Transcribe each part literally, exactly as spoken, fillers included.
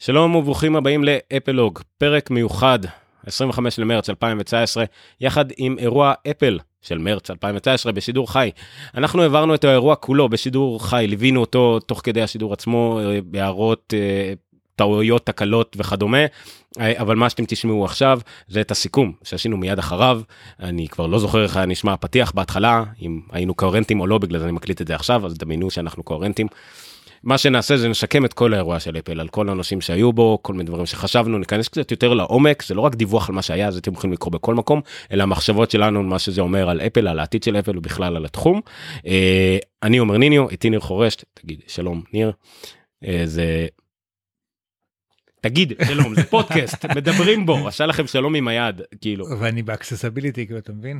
שלום וברוכים הבאים לאפלוג, פרק מיוחד, עשרים וחמישה למרץ אלפיים תשע עשרה, יחד עם אירוע אפל של מרץ אלפיים תשע עשרה בשידור חי. אנחנו העברנו את האירוע כולו בשידור חי, ליווינו אותו תוך כדי השידור עצמו, בהערות, טעויות, תקלות וכדומה, אבל מה שאתם תשמעו עכשיו זה את הסיכום שעשינו מיד אחריו. אני כבר לא זוכר איך נשמע הפתיח בהתחלה, אם היינו קוהרנטים או לא, בגלל זה אני מקליט את זה עכשיו, אז דמיינו שאנחנו קוהרנטים. מה שנעשה זה נשקם את כל האירוע של אפל, על כל האנשים שהיו בו, כל מיני דברים שחשבנו, ניכנס קצת יותר לעומק, זה לא רק דיווח על מה שהיה, זה אתם יכולים לקרוא בכל מקום, אלא המחשבות שלנו, מה שזה אומר על אפל, על העתיד של אפל ובכלל על התחום. אני אומר ניניו, איתי ניר חורש, תגיד שלום ניר, זה... תגיד שלום, זה פודקאסט, מדברים בו, עשה לכם שלום עם היד, כאילו. ואני באקססיביליטי, אתה מבין?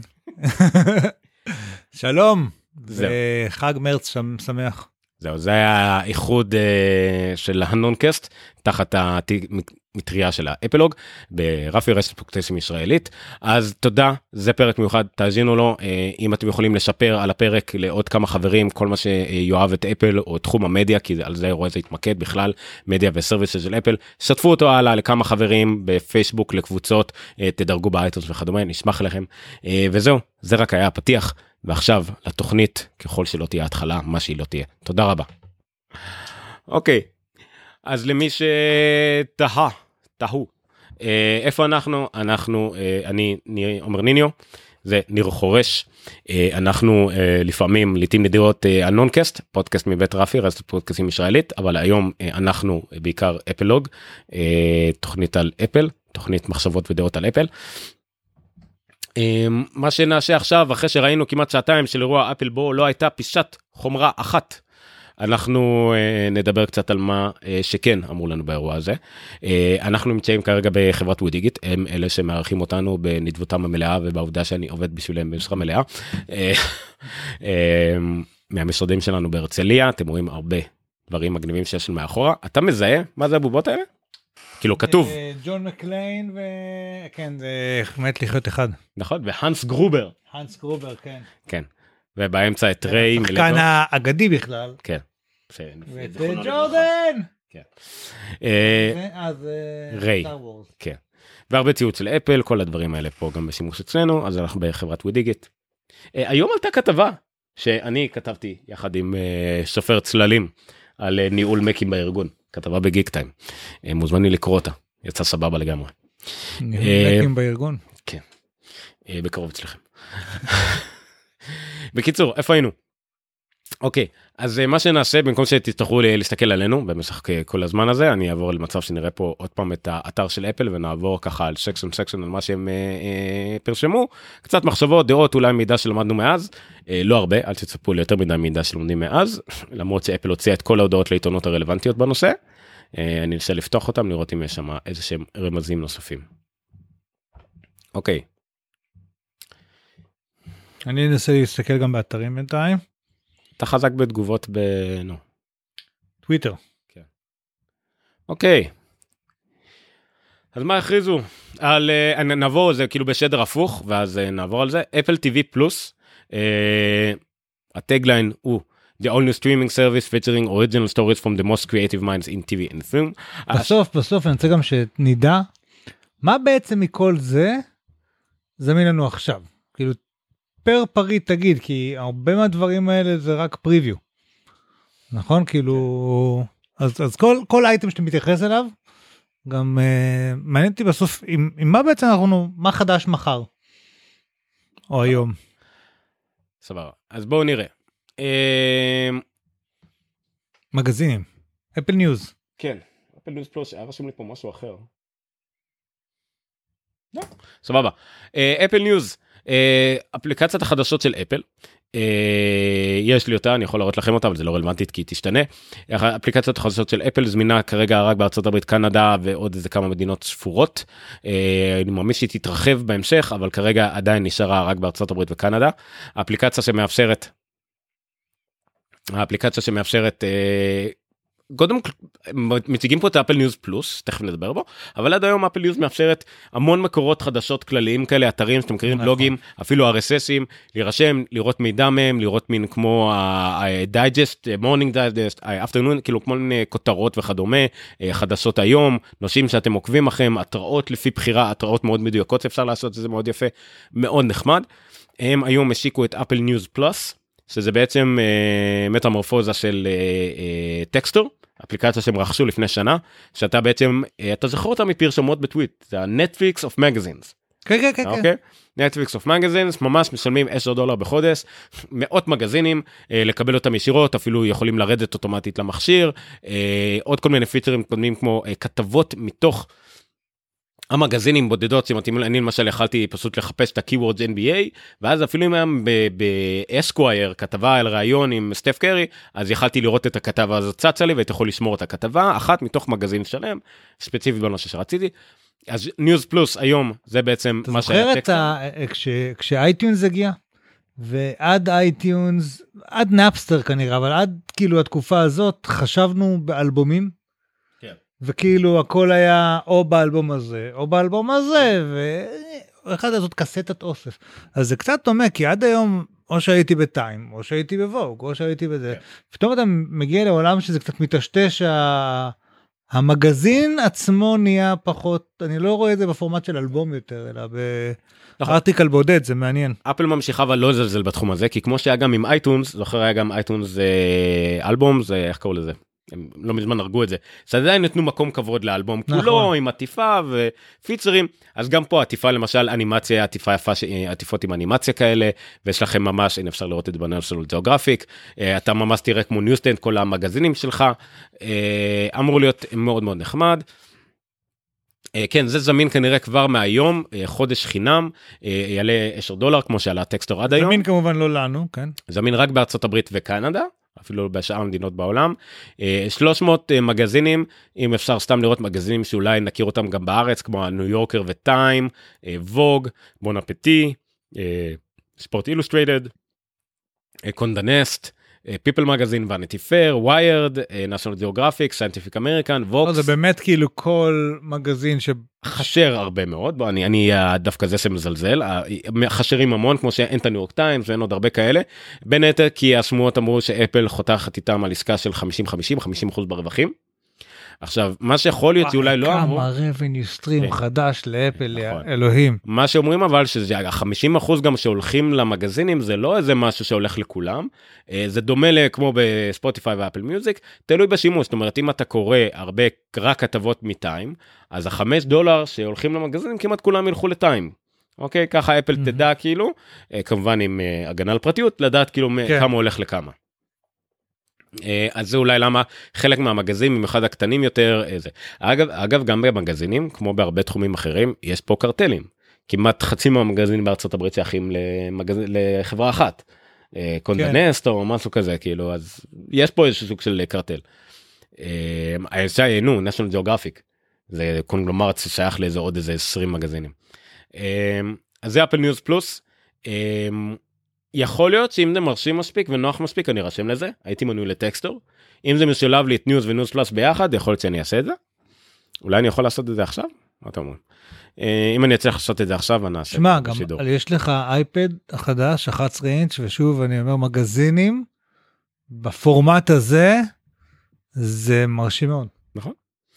שלום, וחג מרץ שמח. זהו, זה היה האיחוד uh, של הנונקאסט, תחת המטריה של האפלוג, ברפי רשת פודקאסטים ישראלית. אז תודה, זה פרק מיוחד, תאזינו לו, uh, אם אתם יכולים לשפר על הפרק לעוד כמה חברים, כל מה שיואב את אפל או תחום המדיה, כי על זה רואה זה יתמקד בכלל, מדיה וסרוויסס של אפל, שתפו אותו הלאה לכמה חברים בפייסבוק, לקבוצות, uh, תדרגו באייטונס וכדומה, נשמח לכם, uh, וזהו, זה רק היה הפתיח. ועכשיו לתוכנית, ככל שלא תהיה התחלה, מה שהיא לא תהיה. תודה רבה. אוקיי, אז למי שתהה, תהו, איפה אנחנו? אנחנו, אני אומר ניניו, זה ניר חורש, אנחנו לפעמים, לעתים נדירות הנונקאסט, פודקאסט מבית רפי, רשת פודקאסטים ישראלית, אבל היום אנחנו בעיקר אפלוג, תוכנית על אפל, תוכנית מחשבות ודעות על אפל, מה שנעשה עכשיו, אחרי שראינו כמעט שעתיים של אירוע אפל בו לא הייתה פיסת חומרה אחת, אנחנו נדבר קצת על מה שכן אמרו לנו באירוע הזה. אנחנו נמצאים כרגע בחברת ווידיגיט, הם אלה שמערכים אותנו בנדבותם המלאה ובעובדה שאני עובד בשבילם במשרה מלאה. מהמשרדים שלנו בהרצליה, אתם רואים הרבה דברים מגניבים שיש לנו מאחורה. אתה מזהה מה זה הבובות האלה? כאילו כתוב. ג'ון מקליין ו... כן, זה מת לחיות אחד. נכון, והנס גרובר. הנס גרובר, כן. כן, ובאמצע את ריי. השחקן האגדי בכלל. כן. ואת ג'ורדן. כן. אז ריי. כן. והרבה ציוד של אפל, כל הדברים האלה פה גם בשימוש אצלנו, אז אנחנו בחברת ווידיגיט. היום עלתה כתבה שאני כתבתי יחד עם סופר צללים על ניהול מקים בארגון. כתבה בגיק טיים, מוזמני לקרוא אותה, יצא סבבה לגמרי. מקים בארגון? כן, בקרוב אצלכם. בקיצור, איפה היינו? אוקיי, אז מה שנעשה, במקום שתצטרכו להסתכל עלינו, במשך כל הזמן הזה, אני אעבור למצב שנראה פה עוד פעם את האתר של אפל, ונעבור ככה על סקשן סקשן על מה שהם פרשמו, קצת מחשבות, דעות, אולי מידע שלמדנו מאז, לא הרבה, אל תצפו ליותר מידע מידע שלומדים מאז, למרות שאפל הוציאה את כל ההודעות לעיתונות הרלוונטיות בנושא, אני אנסה לפתוח אותם, לראות אם יש שם איזה שהם רמזים נוספים. אוקיי. אני אנסה להסתכל גם באתרים בינתיים. אתה חזק בתגובות ב... נו. טוויטר. כן. אוקיי. אז מה הכריזו? על... נעבור, זה כאילו בשדר הפוך, ואז נעבור על זה. אפל טי וי פלוס, הטגליין הוא The all new streaming service featuring original stories from the most creative minds in טי וי and film. בסוף, בסוף, אני רוצה גם שנדע, מה בעצם מכל זה, זמין לנו עכשיו? כאילו, פר פריט תגיד, כי הרבה מהדברים האלה זה רק פריוויו. נכון? כאילו, אז, אז כל, כל אייטם שאתה מתייחס אליו, גם uh, מעניין אותי בסוף, עם, עם מה בעצם אנחנו, מה חדש מחר? או היום? סבבה. אז בואו נראה. מגזינים. אפל ניוז. כן. אפל ניוז פלוס, היה רשום לי פה משהו אחר. לא. סבבה. אפל ניוז. אפליקציית החדשות של אפל, יש לי אותה, אני יכול להראות לכם אותה, אבל זה לא רלוונטית כי היא תשתנה. אפליקציית החדשות של אפל זמינה כרגע רק בארצות הברית, קנדה ועוד איזה כמה מדינות ספורות. אני מאמין שהיא תתרחב בהמשך, אבל כרגע עדיין נשארה רק בארצות הברית וקנדה. האפליקציה שמאפשרת, האפליקציה שמאפשרת קודם מציגים פה את אפל ניוז פלוס, תכף נדבר בו, אבל עד היום אפל ניוז מאפשרת המון מקורות חדשות כלליים כאלה, אתרים שאתם מכירים, בלוגים, אפילו אר אס אסים, להירשם, לראות מידע מהם, לראות מין כמו ה-digest, morning digest, afternoon, כאילו כמו כותרות וכדומה, חדשות היום, נושאים שאתם עוקבים אחריהם, התראות לפי בחירה, התראות מאוד מדויקות, אפשר לעשות, זה מאוד יפה, מאוד נחמד. הם היום השיקו את אפל ניוז פלוס, שזה בעצם uh, מטמורפוזה של טקסטור, uh, uh, אפליקציה שהם רכשו לפני שנה, שאתה בעצם, uh, אתה זוכר אותה מפרשמות בטוויט, זה ה-Netflix of Magazines. כן, כן, כן. אוקיי? Netflix of Magazines, ממש משלמים עשרה דולר בחודש, מאות מגזינים, uh, לקבל אותם ישירות, אפילו יכולים לרדת אוטומטית למכשיר, uh, עוד כל מיני פיצ'רים קודמים כמו uh, כתבות מתוך, המגזינים בודדות, אני למשל יכלתי פשוט לחפש את ה-Keywords אן בי איי, ואז אפילו אם הם ב-Esquire, כתבה על רעיון עם סטף קרי, אז יכלתי לראות את הכתבה הזאת צצה לי, והייתי יכול לשמור את הכתבה, אחת מתוך מגזין שלם, ספציפית בנושא שרציתי. אז ניוז פלוס היום, זה בעצם מה שהיה טקסט. אתה זוכר כשאייטיונס הגיע, ועד אייטיונס, עד נאפסטר כנראה, אבל עד כאילו התקופה הזאת, חשבנו באלבומים, וכאילו הכל היה או באלבום הזה, או באלבום הזה, ואחד הזאת קסטת אוסף. אז זה קצת דומה, כי עד היום, או שהייתי בטיים, או שהייתי בווג, או שהייתי בזה. פתאום אתה מגיע לעולם שזה קצת מתשתש, המגזין עצמו נהיה פחות, אני לא רואה את זה בפורמט של אלבום יותר, אלא בארטיקל בודד, זה מעניין. אפל ממשיכה אבל לא לזלזל בתחום הזה, כי כמו שהיה גם עם אייטונס, זוכר היה גם אייטונס אלבום, זה איך קראו לזה? הם לא מזמן הרגו את זה, אז עדיין נתנו מקום כבוד לאלבום כולו, עם עטיפה ופיצרים, אז גם פה עטיפה למשל, אנימציה, עטיפה יפה, עטיפות עם אנימציה כאלה, ויש לכם ממש, אם אפשר לראות את זה בנשיונל ג'אוגרפיק, אתה ממש תראה כמו ניוסטנד, כל המגזינים שלך, אמור להיות מאוד מאוד נחמד, כן, זה זמין כנראה כבר מהיום, חודש חינם, יעלה עשרה דולר, כמו שעלה טקסטור עד היום. זמין כמובן לא לנו, כן. זמין רק בארצות הברית וקנדה, אפילו בשאר המדינות בעולם, שלוש מאות מגזינים, אם אפשר סתם לראות מגזינים שאולי נכיר אותם גם בארץ, כמו הניו יורקר וטיים, ווג, בון אפטי, ספורט אילוסטרייטד, קונדה נסט, פיפל מגזין, ואניטי פייר, ויירד, נשיונל ג'אוגרפיק, סיינטיפיק אמריקן, ווקס. זה באמת כאילו כל מגזין ש... חשר הרבה מאוד, בוא, אני, אני דווקא זה שמזלזל, חשרים המון, כמו שאין את הניו יורק טיימס, ואין עוד הרבה כאלה, בין היתר כי השמועות אמרו שאפל חותכת איתם על עסקה של חמישים חמישים, חמישים אחוז ברווחים, עכשיו, מה שיכול להיות, שאולי לא אמרו... כמה revenue stream חדש לאפל, אלוהים. מה שאומרים אבל, שזה חמישים אחוז גם שהולכים למגזינים, זה לא איזה משהו שהולך לכולם, זה דומה כמו בספוטיפיי ואפל מיוזיק, תלוי בשימוש, זאת אומרת, אם אתה קורא הרבה רק כתבות מטיים, אז החמש דולר שהולכים למגזינים, כמעט כולם ילכו לטיים. אוקיי? ככה אפל תדע כאילו, כמובן עם הגנה על פרטיות, לדעת כאילו כמה הולך לכמה. אז זה אולי למה חלק מהמגזינים, במיוחד הקטנים יותר, איזה. אגב, אגב, גם במגזינים, כמו בהרבה תחומים אחרים, יש פה קרטלים. כמעט חצי מהמגזינים בארצות הברית שייכים למגז... לחברה אחת. קונדה נסט או משהו כזה, כאילו, אז יש פה איזשהו סוג של קרטל. נו, נשיונל ג'אוגרפיק. זה קונגלומרט ששייך לאיזה עוד איזה עשרים מגזינים. אז זה אפל ניוז פלוס. יכול להיות שאם זה מרשים מספיק ונוח מספיק, אני רשם לזה, הייתי מנוי לטקסטור, אם זה משולב לי את ניוז וניוז פלוס ביחד, יכול להיות שאני אעשה את זה, אולי אני יכול לעשות את זה עכשיו? מה אתה אומר? אם אני אצליח לעשות את זה עכשיו, אני אעשה את זה בשידור. שמע, יש לך אייפד החדש, אחת עשרה אינץ', ושוב אני אומר מגזינים, בפורמט הזה, זה מרשים מאוד. נכון.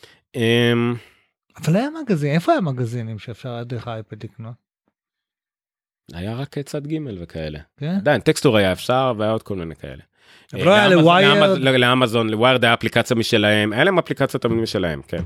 אבל היה מגזין, איפה היה מגזינים שאפשר דרך האייפד לקנות? היה רק צד ג' וכאלה. עדיין, טקסטור היה אפשר, והיה עוד כל מיני כאלה. לא היה לוויירד? לאמזון, לוויירד היה אפליקציה משלהם, היה להם אפליקציה תמיד משלהם, כן.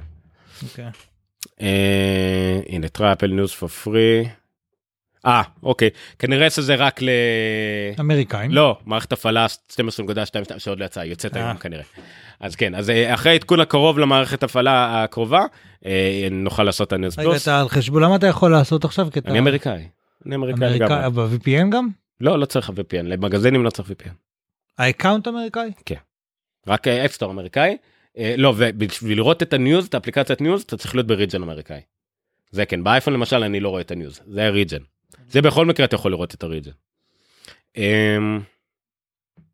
הנה, try Apple News for free. אה, אוקיי. כנראה שזה רק ל... אמריקאים. לא, מערכת הפעלה שתים עשרה נקודה שתיים שעוד לא יצאה, יוצאת היום כנראה. אז כן, אז אחרי עדכון הקרוב למערכת הפעלה הקרובה, נוכל לעשות את הניוז פלוס. רגע, אתה על חשבון, למה אתה יכול לעשות עכשיו? אני אמריקאי. אני אמריקאי גם. ב-וי פי אן גם? לא, לא צריך ה-וי פי אן, למגזינים לא צריך וי פי אן. האקאונט אמריקאי? כן. רק אפסטור אמריקאי. לא, ובשביל לראות את הניוז, את האפליקציית ניוז, אתה צריך להיות בריג'ן אמריקאי. זה כן, באייפון למשל אני לא רואה את הניוז, זה הריג'ן. זה בכל מקרה אתה יכול לראות את הריג'ן.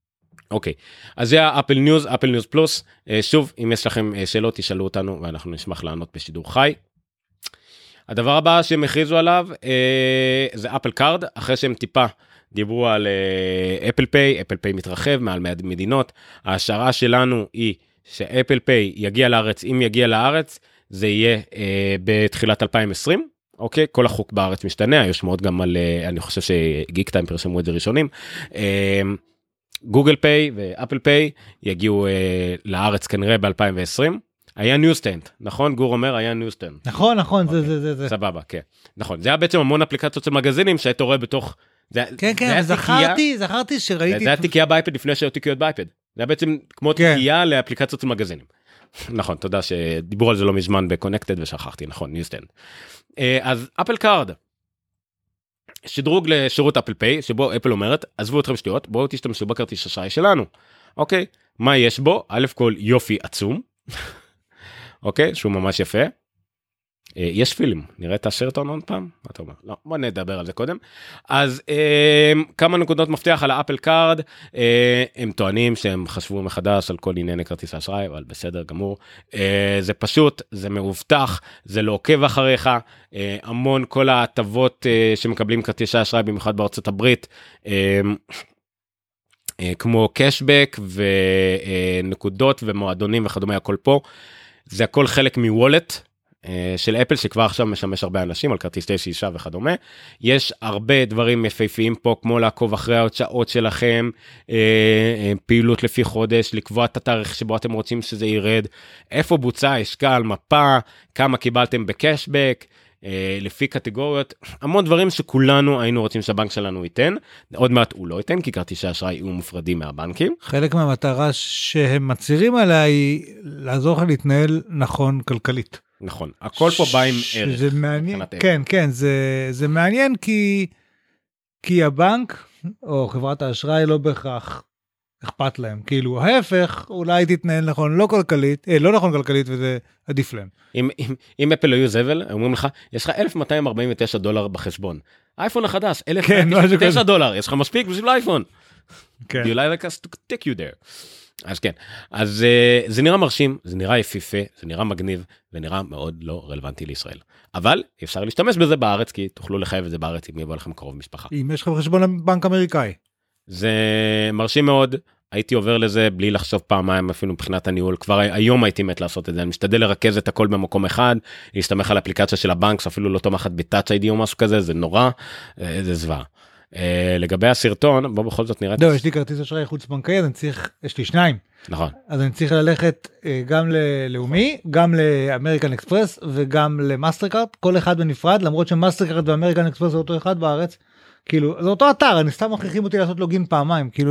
אוקיי, אז זה האפל ניוז, אפל ניוז פלוס. שוב, אם יש לכם שאלות, תשאלו אותנו, ואנחנו נשמח לענות בשידור חי. הדבר הבא שהם הכריזו עליו, זה אפל קארד, אחרי שהם טיפה דיברו על אפל פיי, אפל פיי מתרחב מעל מדינות. ההשערה שלנו היא שאפל פיי יגיע לארץ, אם יגיע לארץ, זה יהיה בתחילת אלפיים ועשרים. אוקיי, כל החוק בארץ משתנה, היו שמועות גם על, אני חושב שגיק טיים פרסמו את זה ראשונים. גוגל פיי ואפל פיי יגיעו לארץ כנראה ב-אלפיים ועשרים. היה ניוסטנד, נכון? גור אומר, היה ניוסטנד. נכון, נכון, זה, זה, זה, זה. סבבה, כן. נכון, זה היה בעצם המון אפליקציות של מגזינים שהיית רואה בתוך... כן, כן, זכרתי, זכרתי שראיתי... זה היה תיקייה באייפד לפני שהיו תיקיות באייפד. זה היה בעצם כמו תיקייה לאפליקציות של מגזינים. נכון, תודה שדיברו על זה לא מזמן בקונקטד ושכחתי, נכון, ניוסטנד. אז אפל קארד, שדרוג לשירות אפל פיי, שבו אפל אומרת, עזבו אתכם שטויות, בואו תשתמשו בכרטיס אשראי שלנו. אוקיי, מה יש בו? א' כל יופי עצום. אוקיי, שהוא ממש יפה. יש פילם, נראה את השרטון עוד פעם? מה אתה אומר? לא, בוא נדבר על זה קודם. אז כמה נקודות מפתח על האפל קארד, הם טוענים שהם חשבו מחדש על כל ענייני כרטיס האשראי, אבל בסדר גמור. זה פשוט, זה מאובטח, זה לא עוקב אחריך, המון כל ההטבות שמקבלים כרטיס האשראי, במיוחד בארצות הברית, כמו קשבק ונקודות ומועדונים וכדומה, הכל פה. זה הכל חלק מוולט של אפל, שכבר עכשיו משמש הרבה אנשים על כרטיסי שישה וכדומה. יש הרבה דברים יפהפיים פה, כמו לעקוב אחרי ההוצאות שלכם, פעילות לפי חודש, לקבוע את התאריך שבו אתם רוצים שזה ירד, איפה בוצע, השקל, מפה, כמה קיבלתם בקשבק, לפי קטגוריות, המון דברים שכולנו היינו רוצים שהבנק שלנו ייתן. עוד מעט הוא לא ייתן, כי כרטיסי האשראי יהיו מופרדים מהבנקים. חלק מהמטרה שהם מצהירים עליה היא לעזור לך להתנהל נכון כלכלית. נכון, הכל פה בא עם ערך. זה מעניין, כן, כן, זה, זה מעניין כי, כי הבנק או חברת האשראי לא בהכרח אכפת להם. כאילו, ההפך, אולי תתנהל נכון, לא כלכלית, אה, לא נכון כלכלית, וזה עדיף להם. אם, אם, אם אפל היו זבל, אומרים לך, יש לך אלף מאתיים ארבעים ותשע דולר בחשבון. האייפון החדש, אלף מאתיים תשעים ותשע דולר, יש לך מספיק בשביל האייפון. כן. Do you like us to take you there? אז כן, אז uh, זה נראה מרשים, זה נראה יפיפה, זה נראה מגניב, ונראה מאוד לא רלוונטי לישראל. אבל אפשר להשתמש בזה בארץ, כי תוכלו לחייב את זה בארץ, אם יבוא לכם קרוב משפחה. אם יש לכם חשבון בנק אמריקאי. זה מרשים מאוד, הייתי עובר לזה בלי לחשוב פעמיים, אפילו מבחינת הניהול, כבר היום הייתי מת לעשות את זה, אני משתדל לרכז את הכל במקום אחד, להסתמך על אפליקציה של הבנק, אפילו לא תומכת בטאץ' איי די או משהו כזה, זה נורא, זה זוועה. Uh, לגבי הסרטון, בוא בכל זאת נראה... לא, יש לי כרטיס אשראי חוץ בנקאי, אז אני צריך, יש לי שניים. נכון. אז אני צריך ללכת uh, גם ללאומי, גם לאמריקן אקספרס, וגם למאסטרקארד, כל אחד בנפרד, למרות שמאסטרקארד ואמריקן אקספרס זה אותו אחד בארץ, כאילו, זה אותו אתר, אני סתם מכריחים אותי לעשות לוגין פעמיים, כאילו,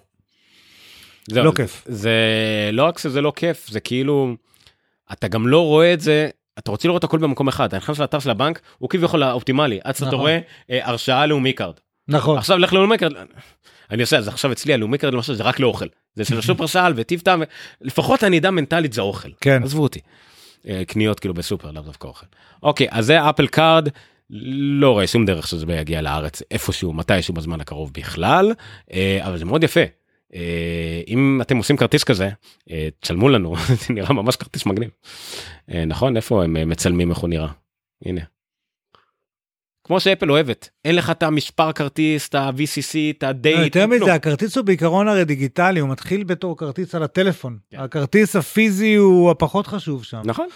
זה לא כיף. זה לא רק שזה לא כיף, זה כאילו, אתה גם לא רואה את זה, אתה רוצה לראות הכל במקום אחד, אתה נכנס לאתר של הבנק, הוא כביכול האופטימלי, עד שאתה רואה הרשאה לאומי קארד. נכון. עכשיו לך לאומי קארד, אני עושה, אז עכשיו אצלי הלאומי קארד למשל, זה רק לאוכל. זה של השופרסל וטיב טעם, לפחות אני אדע מנטלית זה אוכל. כן. עזבו אותי. קניות כאילו בסופר, לאו דווקא אוכל. אוקיי, אז זה אפל קארד, לא רואה שום דרך שזה יגיע לארץ איפשהו, מתישהו בזמן הקרוב בכלל, אבל זה מאוד יפה. אם אתם עושים כרטיס כזה, תשלמו לנו, זה נראה ממש כרטיס מגניב. נכון? איפה הם מצלמים איך הוא נראה? הנה. כמו שאפל אוהבת, אין לך את המשפר כרטיס, את ה-וי סי סי, את הדייט. יותר מזה, הכרטיס הוא בעיקרון הרי דיגיטלי, הוא מתחיל בתור כרטיס על הטלפון. הכרטיס הפיזי הוא הפחות חשוב שם. נכון.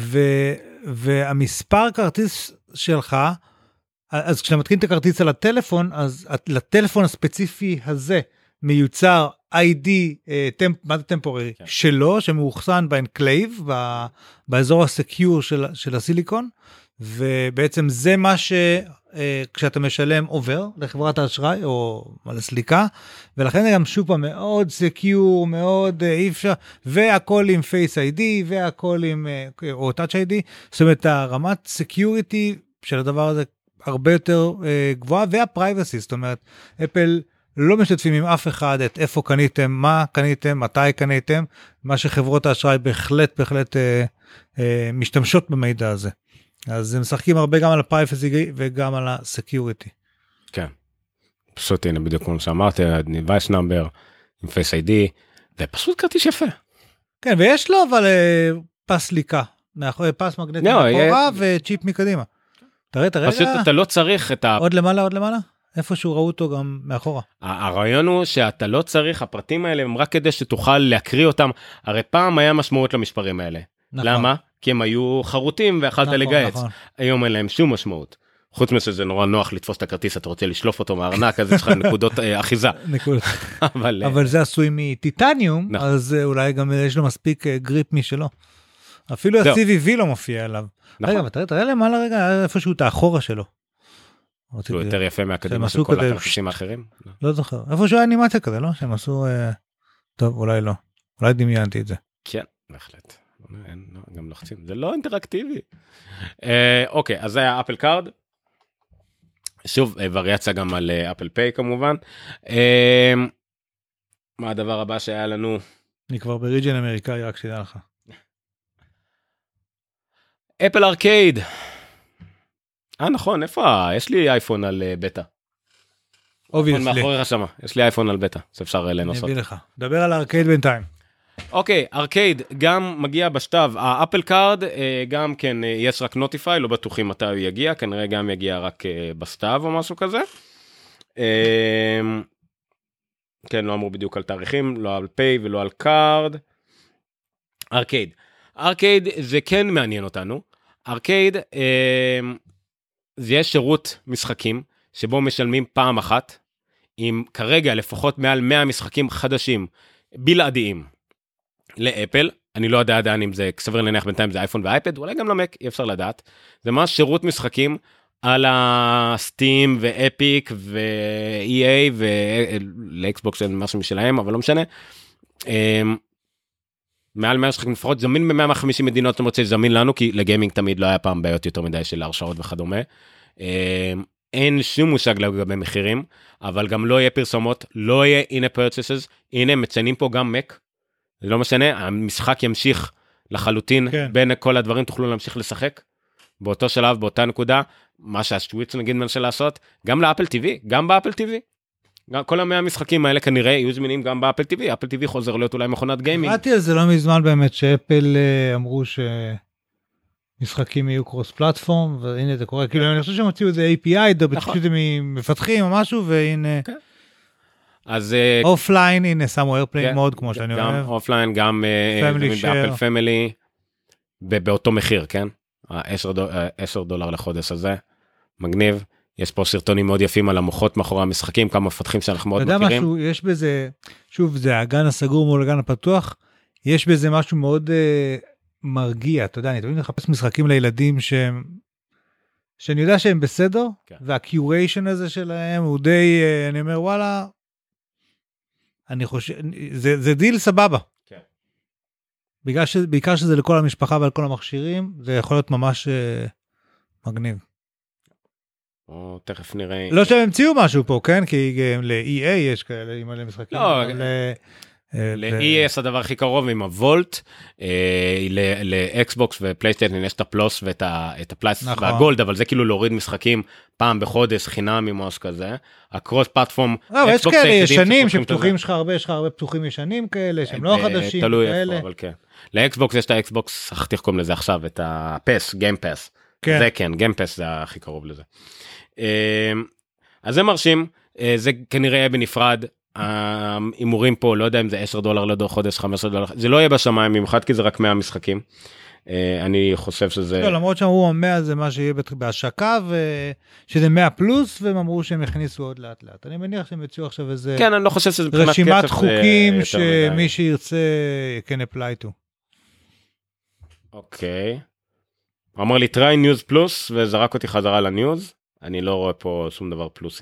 והמספר כרטיס שלך, אז כשאתה מתקין את הכרטיס על הטלפון, אז לטלפון הספציפי הזה מיוצר איי די, מה זה טמפוררי, שלו, שמאוחסן באנקלייב, באזור הסקיור של הסיליקון, ובעצם זה מה שכשאתה משלם עובר לחברת האשראי או לסליקה, ולכן זה גם שופה מאוד סקיור, מאוד אי אפשר, והכל עם פייס איי די, והכל עם, או טאץ' איי די, זאת אומרת, הרמת סקיוריטי של הדבר הזה הרבה יותר גבוהה, והפרייבסי, זאת אומרת, אפל לא משתפים עם אף אחד את איפה קניתם, מה קניתם, מתי קניתם, מה שחברות האשראי בהחלט, בהחלט אה, אה, משתמשות במידע הזה. אז הם משחקים הרבה גם על הפרייבסי וגם על הסקיוריטי. כן. פשוט הנה בדיוק כמו שאמרתי, device number, עם Face איי די, זה פשוט כרטיס יפה. כן, ויש לו אבל פס ליקה, פס מגנטי מאחורה וצ'יפ מקדימה. תראה, תראה. פשוט אתה לא צריך את ה... עוד למעלה, עוד למעלה? איפשהו ראו אותו גם מאחורה. הרעיון הוא שאתה לא צריך, הפרטים האלה הם רק כדי שתוכל להקריא אותם, הרי פעם היה משמעות למספרים האלה. נכון. למה? כי הם היו חרוטים ואכלת נכון, לגייץ. נכון. היום אין להם שום משמעות. חוץ משזה נורא נוח לתפוס את הכרטיס, אתה רוצה לשלוף אותו מהארנק, אז יש לך נקודות אה, אחיזה. נקודות. אבל, אבל זה עשוי מטיטניום, נכון. אז אה, אולי גם יש לו מספיק אה, גריפ משלו. אפילו ה-סי וי וי לא מופיע עליו. נכון. רגע, אבל תראה, תראה למעלה רגע, איפשהו את האחורה שלו. הוא יותר יפה מהקדימה של עשו כל כזה- הכרטיסים האחרים. לא זוכר. איפשהו האנימציה כזה, לא? שהם עשו... אה, טוב, אולי לא. אולי דמיינתי את זה. כן, בהחלט. אין, לא, גם לוחצים, זה לא אינטראקטיבי. אה, אוקיי, אז זה היה אפל קארד. שוב, אה, וריאציה גם על אה, אפל פיי כמובן. אה, מה הדבר הבא שהיה לנו? אני כבר בריג'ן אמריקאי, רק שתדע לך. אפל ארקייד. אה נכון, איפה? ה- יש לי אייפון על אה, בטא. אובייסלי. מאחוריך שמה, יש לי אייפון על בטא, זה אפשר אה, אני לנסות. אביא לך. דבר על הארקייד בינתיים. אוקיי, ארקייד גם מגיע בשטב, האפל קארד אה, גם כן אה, יש רק נוטיפיי, לא בטוחים מתי הוא יגיע, כנראה גם יגיע רק אה, בסטב או משהו כזה. אה, כן, לא אמרו בדיוק על תאריכים, לא על פיי ולא על קארד. ארקייד. ארקייד זה כן מעניין אותנו. ארקייד אה, זה יש שירות משחקים שבו משלמים פעם אחת, עם כרגע לפחות מעל מאה משחקים חדשים, בלעדיים. לאפל, אני לא יודע עדיין אם זה, סביר להניח בינתיים זה אייפון ואייפד, אולי גם למק, אי אפשר לדעת. זה ממש שירות משחקים על הסטים ואפיק ו-אי איי ולאקסבוקס אין משהו משלהם, אבל לא משנה. מעל מאה משחקים לפחות, זמין ב-מאה וחמישים מדינות, זאת אומרת שזמין לנו, כי לגיימינג תמיד לא היה פעם בעיות יותר מדי של הרשאות וכדומה. אין שום מושג לגבי מחירים, אבל גם לא יהיה פרסומות, לא יהיה הנה purchases, הנה מציינים פה גם מק, זה לא משנה, המשחק ימשיך לחלוטין, כן. בין כל הדברים תוכלו להמשיך לשחק, באותו שלב, באותה נקודה, מה שהשוויץ נגיד מנסה לעשות, גם לאפל טיווי, גם באפל טיווי, גם כל המאה המשחקים האלה כנראה יהיו זמינים גם באפל טיווי, אפל טיווי חוזר להיות אולי מכונת גיימינג. קראתי על זה לא מזמן באמת, שאפל אה, אמרו שמשחקים יהיו קרוס פלטפורם, והנה זה קורה, כאילו אני חושב שהם הוציאו איזה איי פי איי, נכון. פשוט הם מפתחים או משהו, והנה כן. אז אה, אופליין, הנה שמו איירפליין כן, מוד, כמו שאני גם אוהב. אופליין, גם אה, Family זמין share. באפל פמילי, ב- באותו מחיר, כן? ה-עשרה דולר לחודש הזה, מגניב. יש פה סרטונים מאוד יפים על המוחות מאחורי המשחקים, כמה מפתחים שאנחנו מאוד אתה יודע מכירים. משהו, יש בזה, שוב, זה הגן הסגור מול הגן הפתוח, יש בזה משהו מאוד uh, מרגיע, אתה יודע, אני תמיד מחפש משחקים לילדים שהם, שאני יודע שהם בסדר, כן. והקיוריישן הזה שלהם הוא די, uh, אני אומר, וואלה, אני חושב, זה, זה דיל סבבה. כן. בגלל ש, בעיקר שזה לכל המשפחה ועל כל המכשירים, זה יכול להיות ממש uh, מגניב. או תכף נראה. לא שהם המציאו משהו פה, כן? כי ל-אי איי יש כאלה, עם מלא משחקים. לא, אבל, אה, ל-אי אס הדבר הכי קרוב עם הוולט, לאקסבוקס ופלייסטיישן יש את הפלוס ואת ה- את הפלייס נכון. והגולד, אבל זה כאילו להוריד משחקים פעם בחודש חינם עם משהו כזה. הקרוס פלטפורם, לא, אבל יש Xbox כאלה היחידים ישנים שפותחים את שפתוחים, זה. יש לך הרבה, יש לך הרבה פתוחים ישנים כאלה, שהם לא אה, חדשים, תלוי כאלה. איפה, אבל כן. לאקסבוקס יש את האקסבוקס, שכחתי איך קוראים לזה עכשיו, את הפס, גיימפס. כן. זה כן, גיימפס זה הכי קרוב לזה. אז זה מרשים, זה כנראה יהיה בנפרד, ההימורים פה, לא יודע אם זה עשרה דולר לדור חודש, חמישה עשר דולר, זה לא יהיה בשמיים, במיוחד כי זה רק מאה משחקים. אני חושב שזה... לא, למרות שאמרו מאה זה מה שיהיה בהשקה, שזה מאה פלוס, והם אמרו שהם יכניסו עוד לאט לאט. אני מניח שהם יצאו עכשיו איזה כן, אני לא חושב שזה מבחינת רשימת כסף, חוקים יותר שמי מדי. שירצה can apply to. אוקיי. הוא אמר לי, try news plus, וזרק אותי חזרה לניוז. אני לא רואה פה שום דבר פלוסי.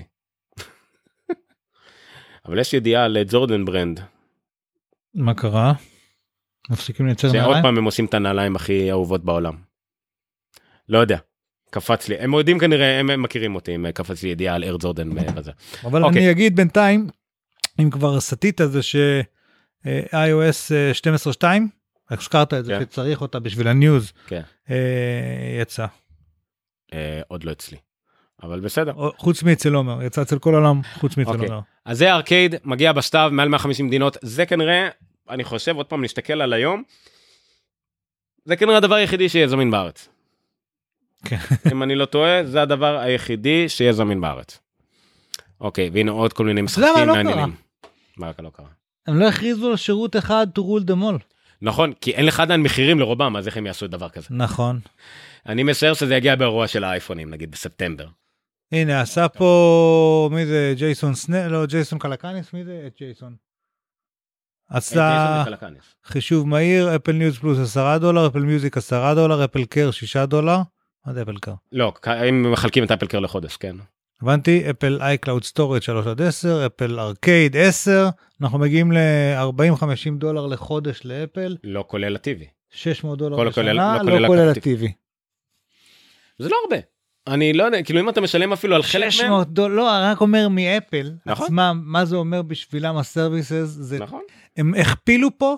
אבל יש ידיעה על ג'ורדן ברנד, מה קרה? מפסיקים לייצר שעוד נעליים? פעם הם עושים את הנעליים הכי אהובות בעולם. לא יודע, קפץ לי, הם יודעים כנראה, הם מכירים אותי, אם קפץ לי ידיעה על אר ג'ורדן בזה. אבל אוקיי. אני אגיד בינתיים, אם כבר סטית זה ש-איי או אס שתים עשרה שתיים, הזכרת את זה כן. שצריך אותה בשביל הניוז, כן. אה, יצא. אה, עוד לא אצלי. אבל בסדר. חוץ מאצל עומר, יצא אצל כל העולם, חוץ מאצל עומר. אז זה ארקייד, מגיע בשטב, מעל מאה וחמישים מדינות, זה כנראה, אני חושב, עוד פעם להסתכל על היום, זה כנראה הדבר היחידי שיהיה זמין בארץ. אם אני לא טועה, זה הדבר היחידי שיהיה זמין בארץ. אוקיי, והנה עוד כל מיני משחקים מעניינים. מה לא קרה? הם לא הכריזו על שירות אחד to rule them all. נכון, כי אין לך עדיין מחירים לרובם, אז איך הם יעשו דבר כזה? נכון. אני משער שזה יגיע באירוע של האייפונים, נגיד בספטמבר. הנה, עשה פה, מי זה, ג'ייסון סנל, לא, ג'ייסון קלקניס, מי זה? את ג'ייסון. עשה חישוב מהיר, אפל ניוז פלוס עשרה דולר, אפל מיוזיק עשרה דולר, אפל קר שישה דולר. מה זה אפל קר? לא, הם מחלקים את אפל קר לחודש, כן. הבנתי, אפל iCloud Storage שלוש עד עשר, אפל ארקייד עשר, אנחנו מגיעים ל-ארבעים עד חמישים דולר לחודש לאפל. לא כולל הטיווי. שש מאות דולר לשנה, לא כולל הטיווי. זה לא הרבה. אני לא יודע, כאילו אם אתה משלם אפילו על חלק מהם. שש מאות דולר, לא, רק אומר מאפל, עצמם, מה זה אומר בשבילם הסרוויסס, נכון. הם הכפילו פה,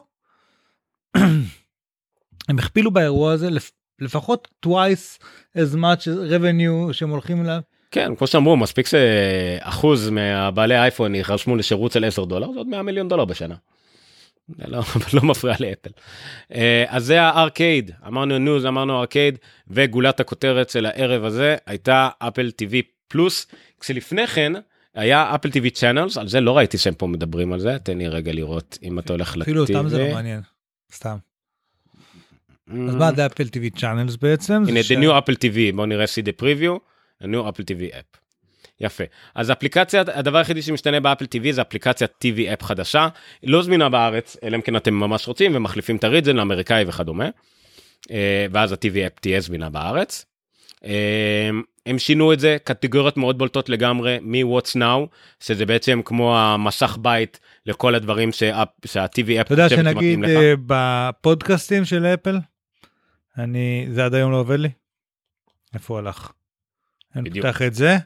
הם הכפילו באירוע הזה, לפחות twice as much revenue שהם הולכים אליו. כן, כמו שאמרו, מספיק שאחוז מהבעלי האייפון ירשמו לשירות של עשרה דולר, זה עוד מאה מיליון דולר בשנה. זה לא, לא מפריע לאפל. אז זה הארקייד, אמרנו ניוז, אמרנו ארקייד, וגולת הכותרת של הערב הזה הייתה אפל טיווי פלוס, כשלפני כן היה אפל טיווי צ'אנלס, על זה לא ראיתי שהם פה מדברים על זה, תן לי רגע לראות אם אתה הולך לטיווי. אפילו אותם זה לא מעניין, סתם. אז מה זה אפל טיווי צ'אנלס בעצם? הנה, the new אפל טיווי, בואו נראה see the preview, the new אפל טיווי אפ. יפה. אז האפליקציה, הדבר היחידי שמשתנה באפל טיווי זה אפליקציית טיווי אפ חדשה, לא זמינה בארץ, אלא אם כן אתם ממש רוצים ומחליפים את הריג'ן לאמריקאי וכדומה, ואז הטיווי אפ תהיה זמינה בארץ. הם שינו את זה, קטגוריות מאוד בולטות לגמרי, מ-What's Now, שזה בעצם כמו המסך בית לכל הדברים שה-טיווי אפ אתה יודע שנגיד בפודקאסטים של אפל, אני, זה עד היום לא עובד לי? איפה הוא הלך? אני פותח את זה.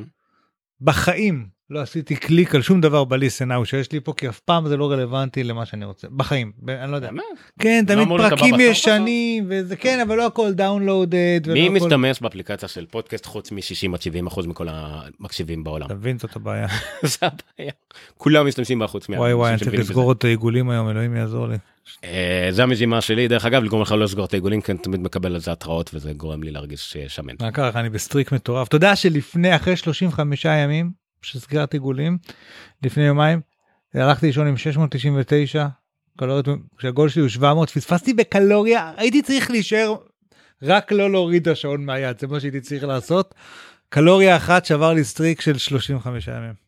בחיים לא עשיתי קליק על שום דבר בליסנאו שיש לי פה, כי אף פעם זה לא רלוונטי למה שאני רוצה. בחיים, אני לא יודע. כן, תמיד פרקים ישנים, וזה כן, אבל לא הכל דאונלודד. מי משתמש באפליקציה של פודקאסט חוץ מ-שישים עד שבעים אחוז מכל המקשיבים בעולם? תבין, זאת הבעיה. זה הבעיה. כולם משתמשים בה חוץ מ... וואי וואי, אני צריך לסגור את העיגולים היום, אלוהים יעזור לי. זה המזימה שלי, דרך אגב, לגרום לך לא לסגור את העיגולים, כי אני תמיד מקבל על זה התראות, וזה גורם לי להרגיש שמן. מה ככה, אני בסטריק מטורף. אתה יודע שלפני, אחרי שלושים וחמישה ימים, שסגרתי עיגולים, לפני יומיים, הלכתי לישון עם שש מאות תשעים ותשע קלוריות, כשהגול שלי הוא שבע מאות, פספסתי בקלוריה, הייתי צריך להישאר, רק לא להוריד השעון מהיד, זה מה שהייתי צריך לעשות. קלוריה אחת שבר לי סטריק של שלושים וחמישה ימים.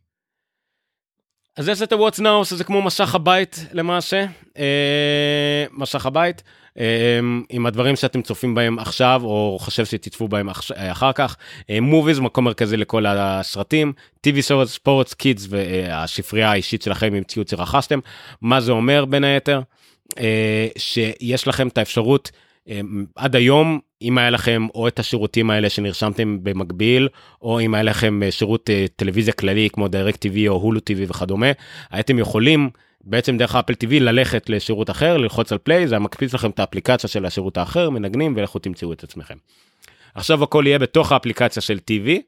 אז יש את ה-What's Now, שזה כמו משך הבית למעשה, אה, משך הבית, אה, עם הדברים שאתם צופים בהם עכשיו, או חושב שתצפו בהם אח, אחר כך, אה, Movies, מקום מרכזי לכל הסרטים, טי וי Shows, Sports, Kids, והשפרייה האישית שלכם עם ציוד שרכשתם, מה זה אומר בין היתר? אה, שיש לכם את האפשרות, עד היום, אם היה לכם או את השירותים האלה שנרשמתם במקביל, או אם היה לכם שירות טלוויזיה כללי כמו דיירקט טיווי או הולו טיווי וכדומה, הייתם יכולים בעצם דרך אפל טיווי ללכת לשירות אחר, ללחוץ על פליי, זה מקפיץ לכם את האפליקציה של השירות האחר, מנגנים ולכו תמצאו את עצמכם. עכשיו הכל יהיה בתוך האפליקציה של טיווי,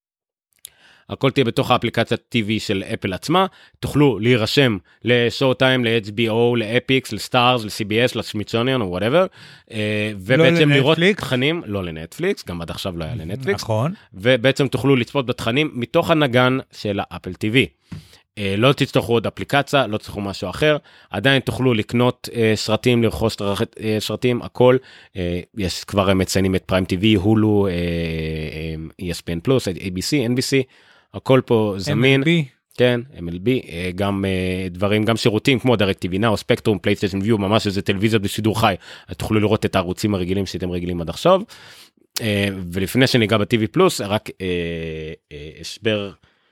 הכל תהיה בתוך האפליקציית טיווי של אפל עצמה, תוכלו להירשם לשואו טיים, ל-אייץ' בי או, לאפיקס, לסטארס, ל-סי בי אס, לסמיתסוניון או whatever, ובעצם לראות תכנים, לא לנטפליקס, גם עד עכשיו לא היה לנטפליקס, נכון. ובעצם תוכלו לצפות בתכנים מתוך הנגן של האפל טיווי. לא תצטרכו עוד אפליקציה, לא תצטרכו משהו אחר, עדיין תוכלו לקנות סרטים, לרכוש סרטים, הכל, יש כבר מציינים את פריים טיווי, הולו, אי אס פי אן פלוס, איי בי סי, אן בי סי, הכל פה זמין, אם אל בי. כן, אם אל בי, גם דברים, גם שירותים כמו דיירקט טיווי נאו, ספקטרום, פלייסטיישן ויו, ממש איזה טלוויזיה בשידור חי, אז תוכלו לראות את הערוצים הרגילים שאתם רגילים עד עכשיו, ולפני שניגע בטיווי פלוס, רק הסבר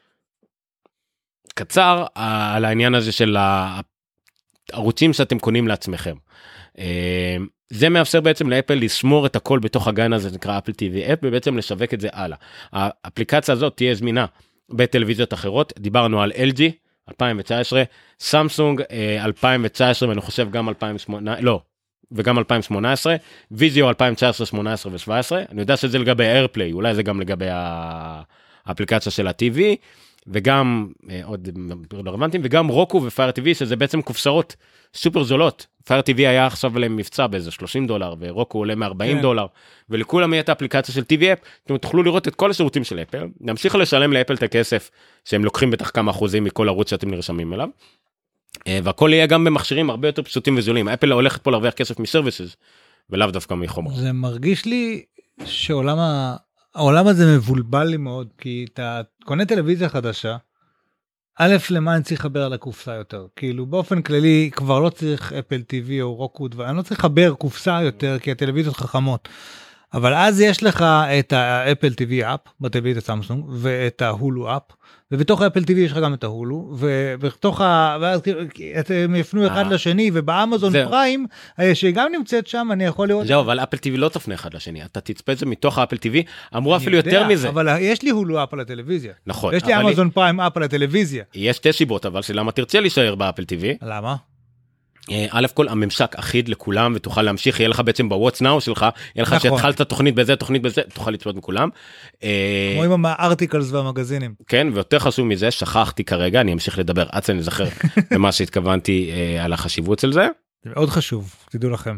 קצר על העניין הזה של הערוצים שאתם קונים לעצמכם. זה מאפשר בעצם לאפל לשמור את הכל בתוך הגן הזה, נקרא אפל טיווי אפ, ובעצם לשווק את זה הלאה. האפליקציה הזאת תהיה זמינה בטלוויזיות אחרות, דיברנו על אל ג'י, אלפיים תשע עשרה, סמסונג, אלפיים תשע עשרה, ואני חושב גם אלפיים ושמונה עשרה, לא, וגם אלפיים שמונה עשרה, ויזיו אלפיים תשע עשרה, שמונה עשרה ו-שבע עשרה, אני יודע שזה לגבי איירפליי, אולי זה גם לגבי האפליקציה של ה-טי וי, וגם עוד רלוונטיים, וגם רוקו ופייר טי וי, שזה בעצם קופסאות סופר זולות. פייר טי וי היה עכשיו להם מבצע באיזה שלושים דולר, ורוקו עולה מ-ארבעים דולר, ולכולם יהיה את האפליקציה של טי וי אפ, אתם תוכלו לראות את כל השירותים של אפל, נמשיך לשלם לאפל את הכסף, שהם לוקחים בטח כמה אחוזים מכל ערוץ שאתם נרשמים אליו, והכל יהיה גם במכשירים הרבה יותר פשוטים וזולים. אפל הולכת פה להרוויח כסף מסרוויסס, ולאו דווקא מחומר. זה מרגיש לי שעולם ה... העולם הזה מבולבל לי מאוד, כי אתה קונה טלוויזיה חדשה, א', למה אני צריך לחבר על הקופסה יותר? כאילו, באופן כללי, כבר לא צריך אפל טי וי או רוקו, אני לא צריך לחבר קופסה יותר, כי הטלוויזיות חכמות. אבל אז יש לך את האפל טי וי אפ, בטלוויזיה סמסונג, ואת ההולו אפ, ובתוך האפל טי וי יש לך גם את ההולו, ובתוך ה... ואז הם יפנו אחד לשני, ובאמזון פריים, שגם נמצאת שם, אני יכול לראות... זהו, אבל אפל טי וי לא תפנה אחד לשני, אתה תצפה את זה מתוך האפל טי וי, אמרו אפילו יותר מזה. אבל יש לי הולו אפ על הטלוויזיה. נכון. יש לי אמזון פריים אפ על הטלוויזיה. יש שתי סיבות, אבל שלמה תרצה להישאר באפל טי וי? למה? א' כל הממשק אחיד לכולם ותוכל להמשיך, יהיה לך בעצם ב-What's Now שלך, יהיה לך שהתחלת תוכנית בזה, תוכנית בזה, תוכל לצפות מכולם. כמו עם הארטיקלס והמגזינים. כן, ויותר חשוב מזה, שכחתי כרגע, אני אמשיך לדבר עד שאני זכר במה שהתכוונתי על החשיבות של זה. זה מאוד חשוב, תדעו לכם.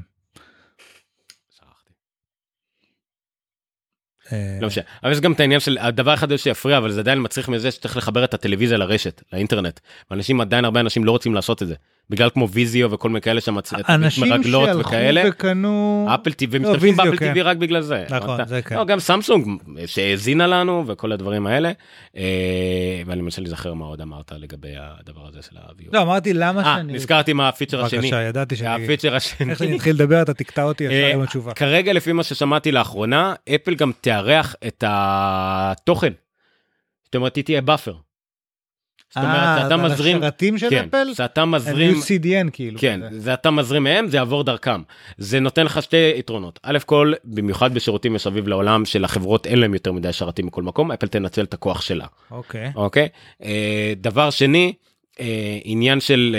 לא משנה, אבל יש גם את העניין של הדבר אחד שיפריע, אבל זה עדיין מצריך מזה שצריך לחבר את הטלוויזיה לרשת, לאינטרנט, ואנשים עדיין, הרבה אנשים לא רוצים לעשות את זה, בגלל כמו ויזיו וכל מיני כאלה שמרגלות וכאלה, אפל טי וי, משתמשים באפל טי וי רק בגלל זה. נכון, זה כן. גם סמסונג שהזינה לנו וכל הדברים האלה, ואני מנסה להיזכר מה עוד אמרת לגבי הדבר הזה של הוויו. לא, אמרתי למה שאני... נזכרתי מה הפיצ'ר השני. בבקשה, ידעתי שאני... הפיצ'ר השני. איך שאני התחיל לדבר, אתה תקטע אותי ישר עם התשובה. כרגע לפי מה ששמעתי לאחרונה, אפל גם תארח את התוכן. זאת אומרת, היא תהיה באפר. זאת אומרת, שאתה מזרים... השרתים של אפל? שאתה מזרים... סי די אן כאילו. כן, זה אתה מזרים מהם, זה יעבור דרכם. זה נותן לך שתי יתרונות. א' כל, במיוחד בשירותים מסביב לעולם של החברות, אין להם יותר מדי שרתים מכל מקום, אפל תנצל את הכוח שלה. אוקיי. אוקיי? דבר שני, עניין של...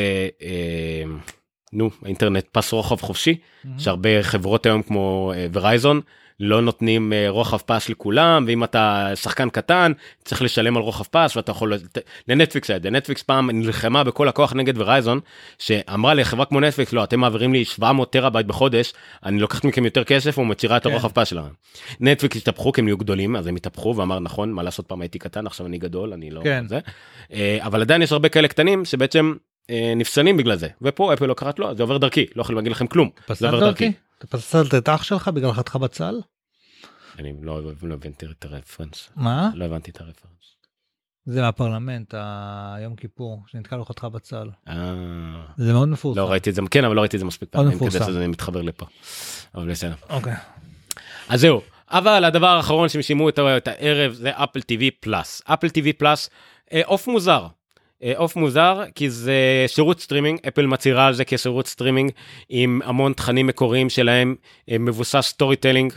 נו, האינטרנט פס רוחב חופשי, שהרבה חברות היום כמו ורייזון, לא נותנים רוחב פס לכולם, ואם אתה שחקן קטן, צריך לשלם על רוחב פס, ואתה יכול... לנטפליקס היה, נטפליקס פעם נלחמה בכל הכוח נגד ורייזון, שאמרה לחברה כמו נטפליקס, לא, אתם מעבירים לי שבע מאות טראבייט בחודש, אני לוקחת מכם יותר כסף, ומצהירה את הרוחב פס שלהם. נטפליקס התהפכו, כי הם נהיו גדולים, אז הם התהפכו, ואמר, נכון, מה לעשות, פעם הייתי קטן, עכשיו אני גדול, אני לא... זה. אבל עדיין יש הרבה כאלה קטנים, שבעצם נפסנים בגלל זה. ופה אפל לא קראת לו, זה עובר דרכי, לא יכול להגיד לכם כלום. זה עובר דרכי. אתה פסלת את אח שלך בגלל חתך בצל? אני לא הבנתי את הרפרנס. מה? לא הבנתי את הרפרנס. זה מהפרלמנט, היום כיפור, שנתקע לו חתך בצל. אה. זה מאוד מפורסם. לא ראיתי את זה, כן, אבל לא ראיתי את זה מספיק פעמים, כדי שזה מתחבר לפה. אבל בסדר. אוקיי. אז זהו. אבל הדבר האחרון שהם שימו את הערב, זה אפל טי וי פלאס. אפל טי וי פלאס, אוף מוזר. אוף מוזר, כי זה שירות סטרימינג, אפל מצהירה על זה כשירות סטרימינג, עם המון תכנים מקוריים שלהם, מבוסס סטורי טלינג.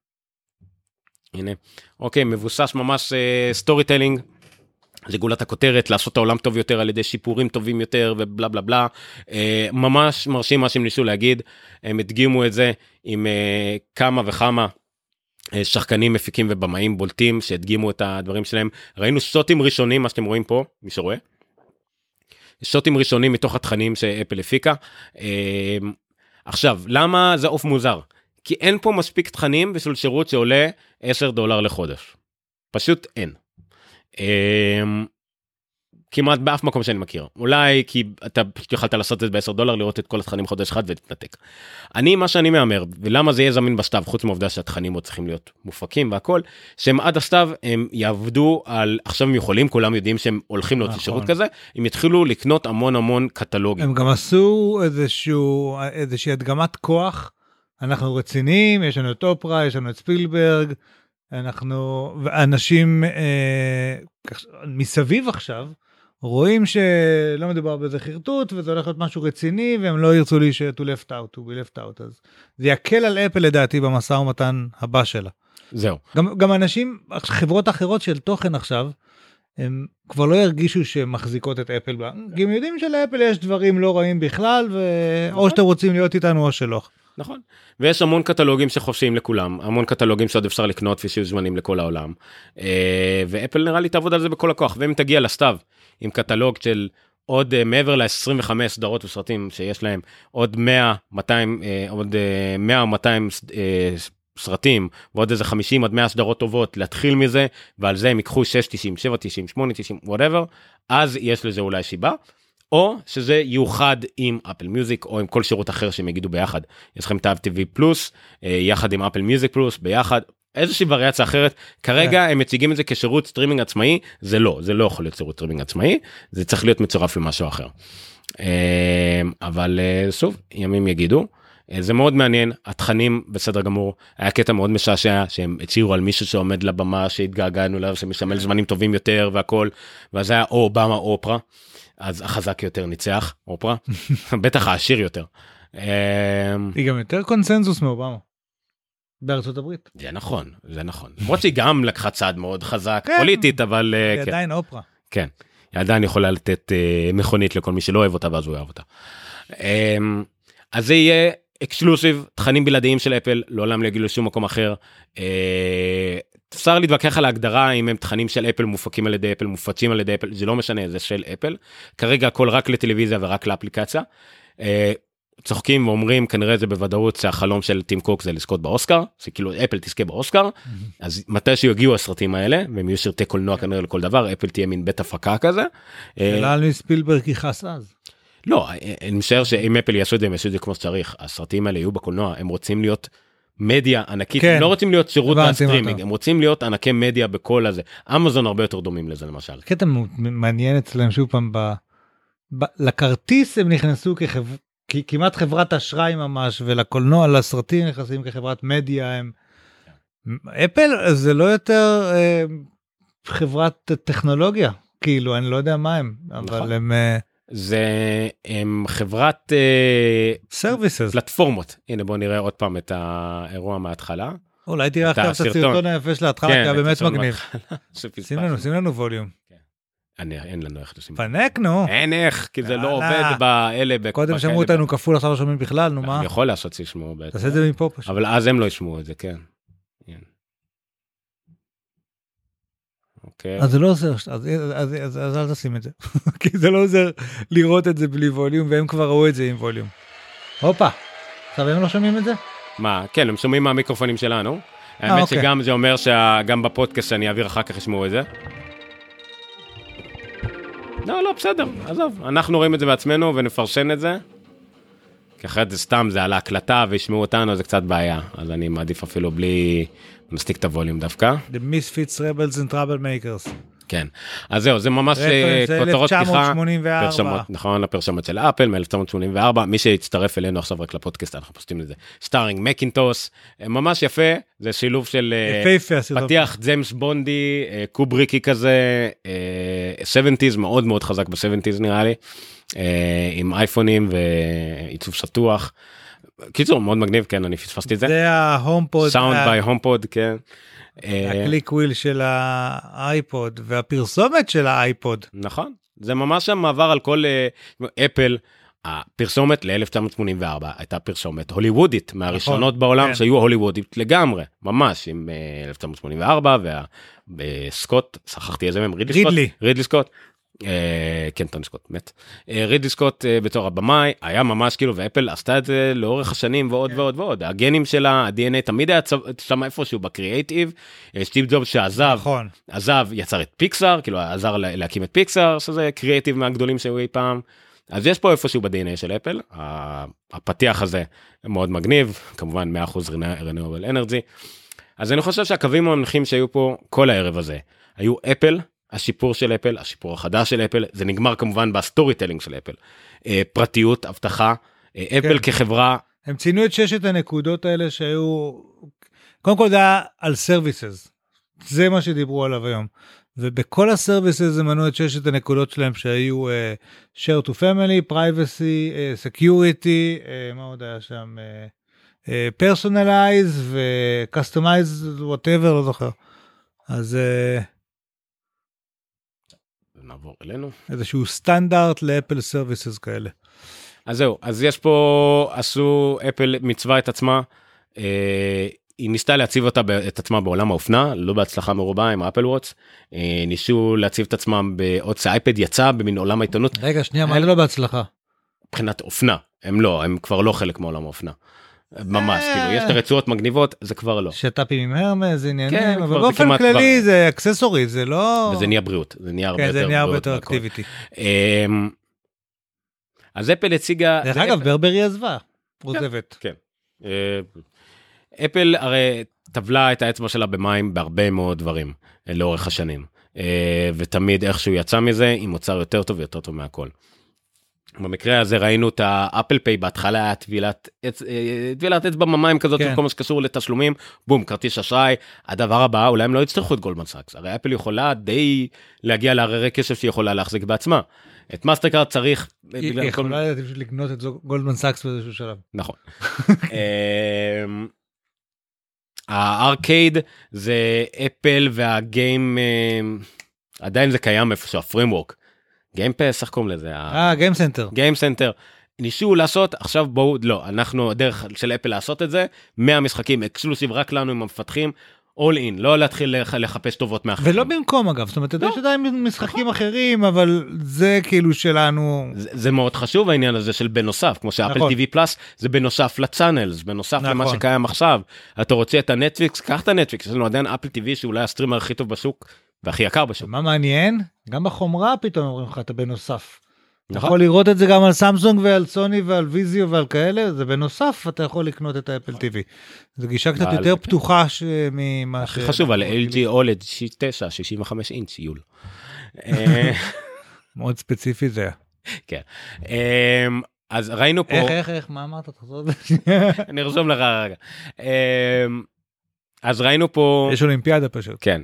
הנה, אוקיי, מבוסס ממש סטורי טלינג, זה גולת הכותרת, לעשות את העולם טוב יותר על ידי שיפורים טובים יותר ובלה בלה בלה, ממש מרשים מה שהם ניסו להגיד, הם הדגימו את זה עם כמה וכמה שחקנים מפיקים ובמאים בולטים שהדגימו את הדברים שלהם, ראינו שוטים ראשונים, מה שאתם רואים פה, מי שרואה? שוטים ראשונים מתוך התכנים שאפל הפיקה. עכשיו, למה זה אוף מוזר? כי אין פה מספיק תכנים בשביל שירות שעולה עשרה דולר לחודש. פשוט אין. כמעט באף מקום שאני מכיר. אולי כי אתה פשוט יכולת לעשות את זה ב-עשרה דולר, לראות את כל התכנים חודש אחד ותתנתק. אני, מה שאני מאמר, ולמה זה יהיה זמין בסתיו, חוץ מהעובדה שהתכנים עוד צריכים להיות מופקים והכל, שהם עד הסתיו, הם יעבדו על, עכשיו הם יכולים, כולם יודעים שהם הולכים להוציא שירות כזה, הם יתחילו לקנות המון המון קטלוגים. הם גם עשו איזשהו, איזושהי הדגמת כוח, אנחנו רציניים, יש לנו את אופרה, יש לנו את ספילברג, אנחנו, ואנשים אה, מסביב עכשיו, רואים שלא מדובר בזה חרטוט, וזה הולך להיות משהו רציני, והם לא ירצו לי ש- to left out, to be left out, אז זה יקל על אפל לדעתי במשא ומתן הבא שלה. זהו. גם, גם אנשים, חברות אחרות של תוכן עכשיו, הם כבר לא ירגישו שמחזיקות את אפל, כי הם יודעים שלאפל יש דברים לא רעים בכלל, ו... או שאתם רוצים להיות איתנו או שלא. נכון. ויש המון קטלוגים שחופשיים לכולם, המון קטלוגים שעוד אפשר לקנות ושיהיו זמנים לכל העולם. ואפל נראה לי תעבוד על זה בכל הכוח, ואם תגיע לסתיו עם קטלוג של עוד מעבר ל-עשרים וחמש סדרות וסרטים שיש להם, עוד מאה, מאתיים, עוד מאה או מאתיים סרטים, ועוד איזה חמישים עד מאה סדרות טובות, להתחיל מזה, ועל זה הם ייקחו שש תשעים, שבע תשעים, שמונה תשעים, whatever, אז יש לזה אולי שיבה, או שזה יוחד עם אפל מיוזיק, או עם כל שירות אחר שהם יגידו ביחד. יש לכם את טי וי פלוס, יחד עם אפל מיוזיק פלוס, ביחד, איזושהי וריאציה אחרת. כרגע הם מציגים את זה כשירות סטרימינג עצמאי, זה לא, זה לא יכול להיות שירות סטרימינג עצמאי, זה צריך להיות מצורף למשהו אחר. אבל שוב, ימים יגידו, זה מאוד מעניין, התכנים בסדר גמור, היה קטע מאוד משעשע, שהם הצהירו על מישהו שעומד לבמה, שהתגעגענו אליו, שמשמל זמנים טובים יותר והכל, ואז היה או אובמה או אופרה, אז החזק יותר ניצח, אופרה, בטח העשיר יותר. היא גם יותר קונסנזוס מאובמה, בארצות הברית. זה נכון, זה נכון. למרות שהיא גם לקחה צעד מאוד חזק, פוליטית, אבל... היא עדיין אופרה. כן, היא עדיין יכולה לתת מכונית לכל מי שלא אוהב אותה, ואז הוא אוהב אותה. אז זה יהיה אקסקלוסיב, תכנים בלעדיים של אפל, לעולם לא יגידו לשום מקום אחר. אפשר להתווכח על ההגדרה אם הם תכנים של אפל מופקים על ידי אפל, מופצים על ידי אפל, זה לא משנה, זה של אפל. כרגע הכל רק לטלוויזיה ורק לאפליקציה. צוחקים ואומרים, כנראה זה בוודאות שהחלום של טים קוק זה לזכות באוסקר, זה כאילו אפל תזכה באוסקר, אז מתי שיגיעו הסרטים האלה, והם יהיו שרתי קולנוע כנראה לכל דבר, אפל תהיה מין בית הפקה כזה. שאלה על מי ספילברג יכעס אז. לא, אני משער שאם אפל יעשו את זה, הם יעשו את זה כמו שצריך, הסרטים האלה יהיו בקולנוע, הם רוצים להיות מדיה ענקית, הם לא רוצים להיות שירות בסטרימינג, הם רוצים להיות ענקי מדיה בכל הזה. אמזון הרבה יותר דומים לזה למשל. קטע מעניין אצלם שוב פעם, לכרטיס הם נכנסו כמעט חברת אשראי ממש, ולקולנוע, לסרטים נכנסים כחברת מדיה, הם... אפל זה לא יותר חברת טכנולוגיה, כאילו, אני לא יודע מה הם, אבל הם... זה הם חברת סרוויסס, פלטפורמות. הנה בוא נראה עוד פעם את האירוע מההתחלה. אולי תראה עכשיו את הסרטון היפה של ההתחלה, כי היה באמת מגניב. שים לנו, שים לנו ווליום. אין לנו איך לשים. פנקנו. אין איך, כי זה לא עובד באלה. קודם שמעו אותנו כפול, עכשיו לא שומעים בכלל, נו מה? אני יכול לעשות שישמעו בעצם. תעשה את זה מפה פשוט. אבל אז הם לא ישמעו את זה, כן. אז זה לא עוזר, אז אל תשים את זה, כי זה לא עוזר לראות את זה בלי ווליום, והם כבר ראו את זה עם ווליום. הופה, עכשיו הם לא שומעים את זה? מה, כן, הם שומעים מהמיקרופונים שלנו, האמת שגם זה אומר שגם בפודקאסט שאני אעביר אחר כך ישמעו את זה. לא, לא, בסדר, עזוב, אנחנו רואים את זה בעצמנו ונפרשן את זה, כי אחרת זה סתם, זה על ההקלטה וישמעו אותנו, זה קצת בעיה, אז אני מעדיף אפילו בלי... מסתיק את הווליום דווקא. The Misfits, Rebels and Troublemakers. כן. אז זהו, זה ממש כותרות פתיחה. אלף תשע מאות שמונים וארבע. פרשמות, נכון, לפרשמות של אפל, מ-אלף תשע מאות שמונים וארבע. מי שהצטרף אלינו עכשיו רק לפודקאסט, אנחנו פוסטים לזה. סטארינג מקינטוס, ממש יפה, זה שילוב של פתיח ג'יימס בונדי, קובריקי כזה, שבעים, מאוד מאוד חזק ב-שבעים נראה לי, עם אייפונים ועיצוב שטוח. קיצור, מאוד מגניב, כן, אני פספסתי את זה. זה ההומפוד. סאונד ביי הומפוד, כן. הקליק וויל של האייפוד, והפרסומת של האייפוד. נכון, זה ממש המעבר על כל אפל, הפרסומת ל-אלף תשע מאות שמונים וארבע, הייתה פרסומת הוליוודית, מהראשונות בעולם שהיו הוליוודית לגמרי, ממש, עם אלף תשע מאות שמונים וארבע, והסקוט, שכחתי איזה מהם, רידלי סקוט. רידלי סקוט. כן, טוני סקוט, מת. רידלי סקוט בתור הבמאי, היה ממש כאילו, ואפל עשתה את זה לאורך השנים ועוד ועוד ועוד. הגנים שלה, ה-די אן איי תמיד היה שם איפשהו בקריאייטיב, סטיב ג'ובס שעזב, עזב, יצר את פיקסאר, כאילו עזר להקים את פיקסאר, שזה קריאייטיב מהגדולים שהיו אי פעם. אז יש פה איפשהו ב-די אן איי של אפל, הפתיח הזה מאוד מגניב, כמובן מאה אחוז renewable energy. אז אני חושב שהקווים המנחים שהיו פה כל הערב הזה, היו אפל, השיפור של אפל, השיפור החדש של אפל, זה נגמר כמובן בסטורי טלינג של אפל. פרטיות, הבטחה, אפל כחברה. הם ציינו את ששת הנקודות האלה שהיו, קודם כל זה היה על סרוויסס, זה מה שדיברו עליו היום, ובכל הסרוויסס הם מנו את ששת הנקודות שלהם שהיו uh, share to family, privacy, uh, security, uh, מה עוד היה שם, uh, uh, personalize ו-customize, whatever, לא זוכר. אז... Uh, נעבור אלינו. איזשהו סטנדרט לאפל סרוויסס כאלה. אז זהו, אז יש פה, עשו, אפל מצווה את עצמה, אה, היא ניסתה להציב אותה את עצמה בעולם האופנה, לא בהצלחה מרובה עם האפל וואץ, אה, ניסו להציב את עצמם בעוד שהאייפד יצא במין עולם העיתונות. רגע, שנייה, מה זה לא בהצלחה? מבחינת אופנה, הם לא, הם כבר לא חלק מעולם האופנה. ממש, כאילו, יש את הרצועות מגניבות, זה כבר לא. שטאפים עם הרמס, זה עניינים, כן, אבל כבר זה באופן כמעט כללי כבר- זה אקססורי, זה לא... וזה נהיה בריאות, זה נהיה הרבה כן, יותר זה נהיה הרבה בריאות יותר והכל. אקטיביטי. אמ, אז אפל הציגה... דרך זה אגב, אפל- ברברי עזבה, עוזבת. כן. אה, אפל הרי טבלה את האצבע שלה במים בהרבה מאוד דברים אה, לאורך השנים, אה, ותמיד איכשהו יצא מזה עם מוצר יותר טוב ויותר טוב מהכל. במקרה הזה ראינו את האפל פיי, בהתחלה היה טבילת אצ- אה, טבילת אצבע במים כזאת, כן. של כל מה שקשור לתשלומים, בום, כרטיס אשראי. הדבר הבא, אולי הם לא יצטרכו את גולדמן סאקס, הרי אפל יכולה די להגיע להררי קשב שהיא יכולה להחזיק בעצמה. את מאסטרקארד צריך... היא בגלל כל- יכולה לקנות את גולדמן סאקס באיזשהו שלב. נכון. אמ, הארקייד זה אפל והגיים, אמ, עדיין זה קיים איפשהו, הפרימוורק. גיימפס, איך קוראים לזה? אה, גיים סנטר. גיים סנטר. ניסו לעשות, עכשיו בואו, לא, אנחנו, הדרך של אפל לעשות את זה, מאה משחקים אקסקלוסיב רק לנו עם המפתחים, all in, לא להתחיל לח- לחפש טובות מאחרים. ולא במקום אגב, זאת אומרת, אתה יודע לא. שעדיין משחקים אחרים, אבל זה כאילו שלנו... זה, זה מאוד חשוב העניין הזה של בנוסף, כמו שאפל נכון. טי וי פלאס, זה בנוסף לצאנלס, בנוסף נכון. למה שקיים עכשיו. אתה רוצה את הנטפליקס, קח את הנטפליקס, יש לנו עדיין אפל טי וי שאולי הסטרימר הכי טוב בשוק, והכי יקר בשוק. מה מעניין? גם בחומרה פתאום אומרים לך, אתה בנוסף. אתה נכון. יכול לראות את זה גם על סמסונג ועל סוני ועל ויזיו ועל כאלה, זה בנוסף, אתה יכול לקנות את האפל טי וי. זו גישה קצת על- יותר פתוחה ש- ממה הכי חשוב, על אל ג'י אולד תשע, שישים וחמש אינץ' יול. אה, מאוד ספציפי זה. כן. אה, אז ראינו פה, איך, איך, איך, מה אמרת? תחזור את זה. אני ארשום לך רגע. אה, אז ראינו פה, יש אולימפיאדה פשוט. כן,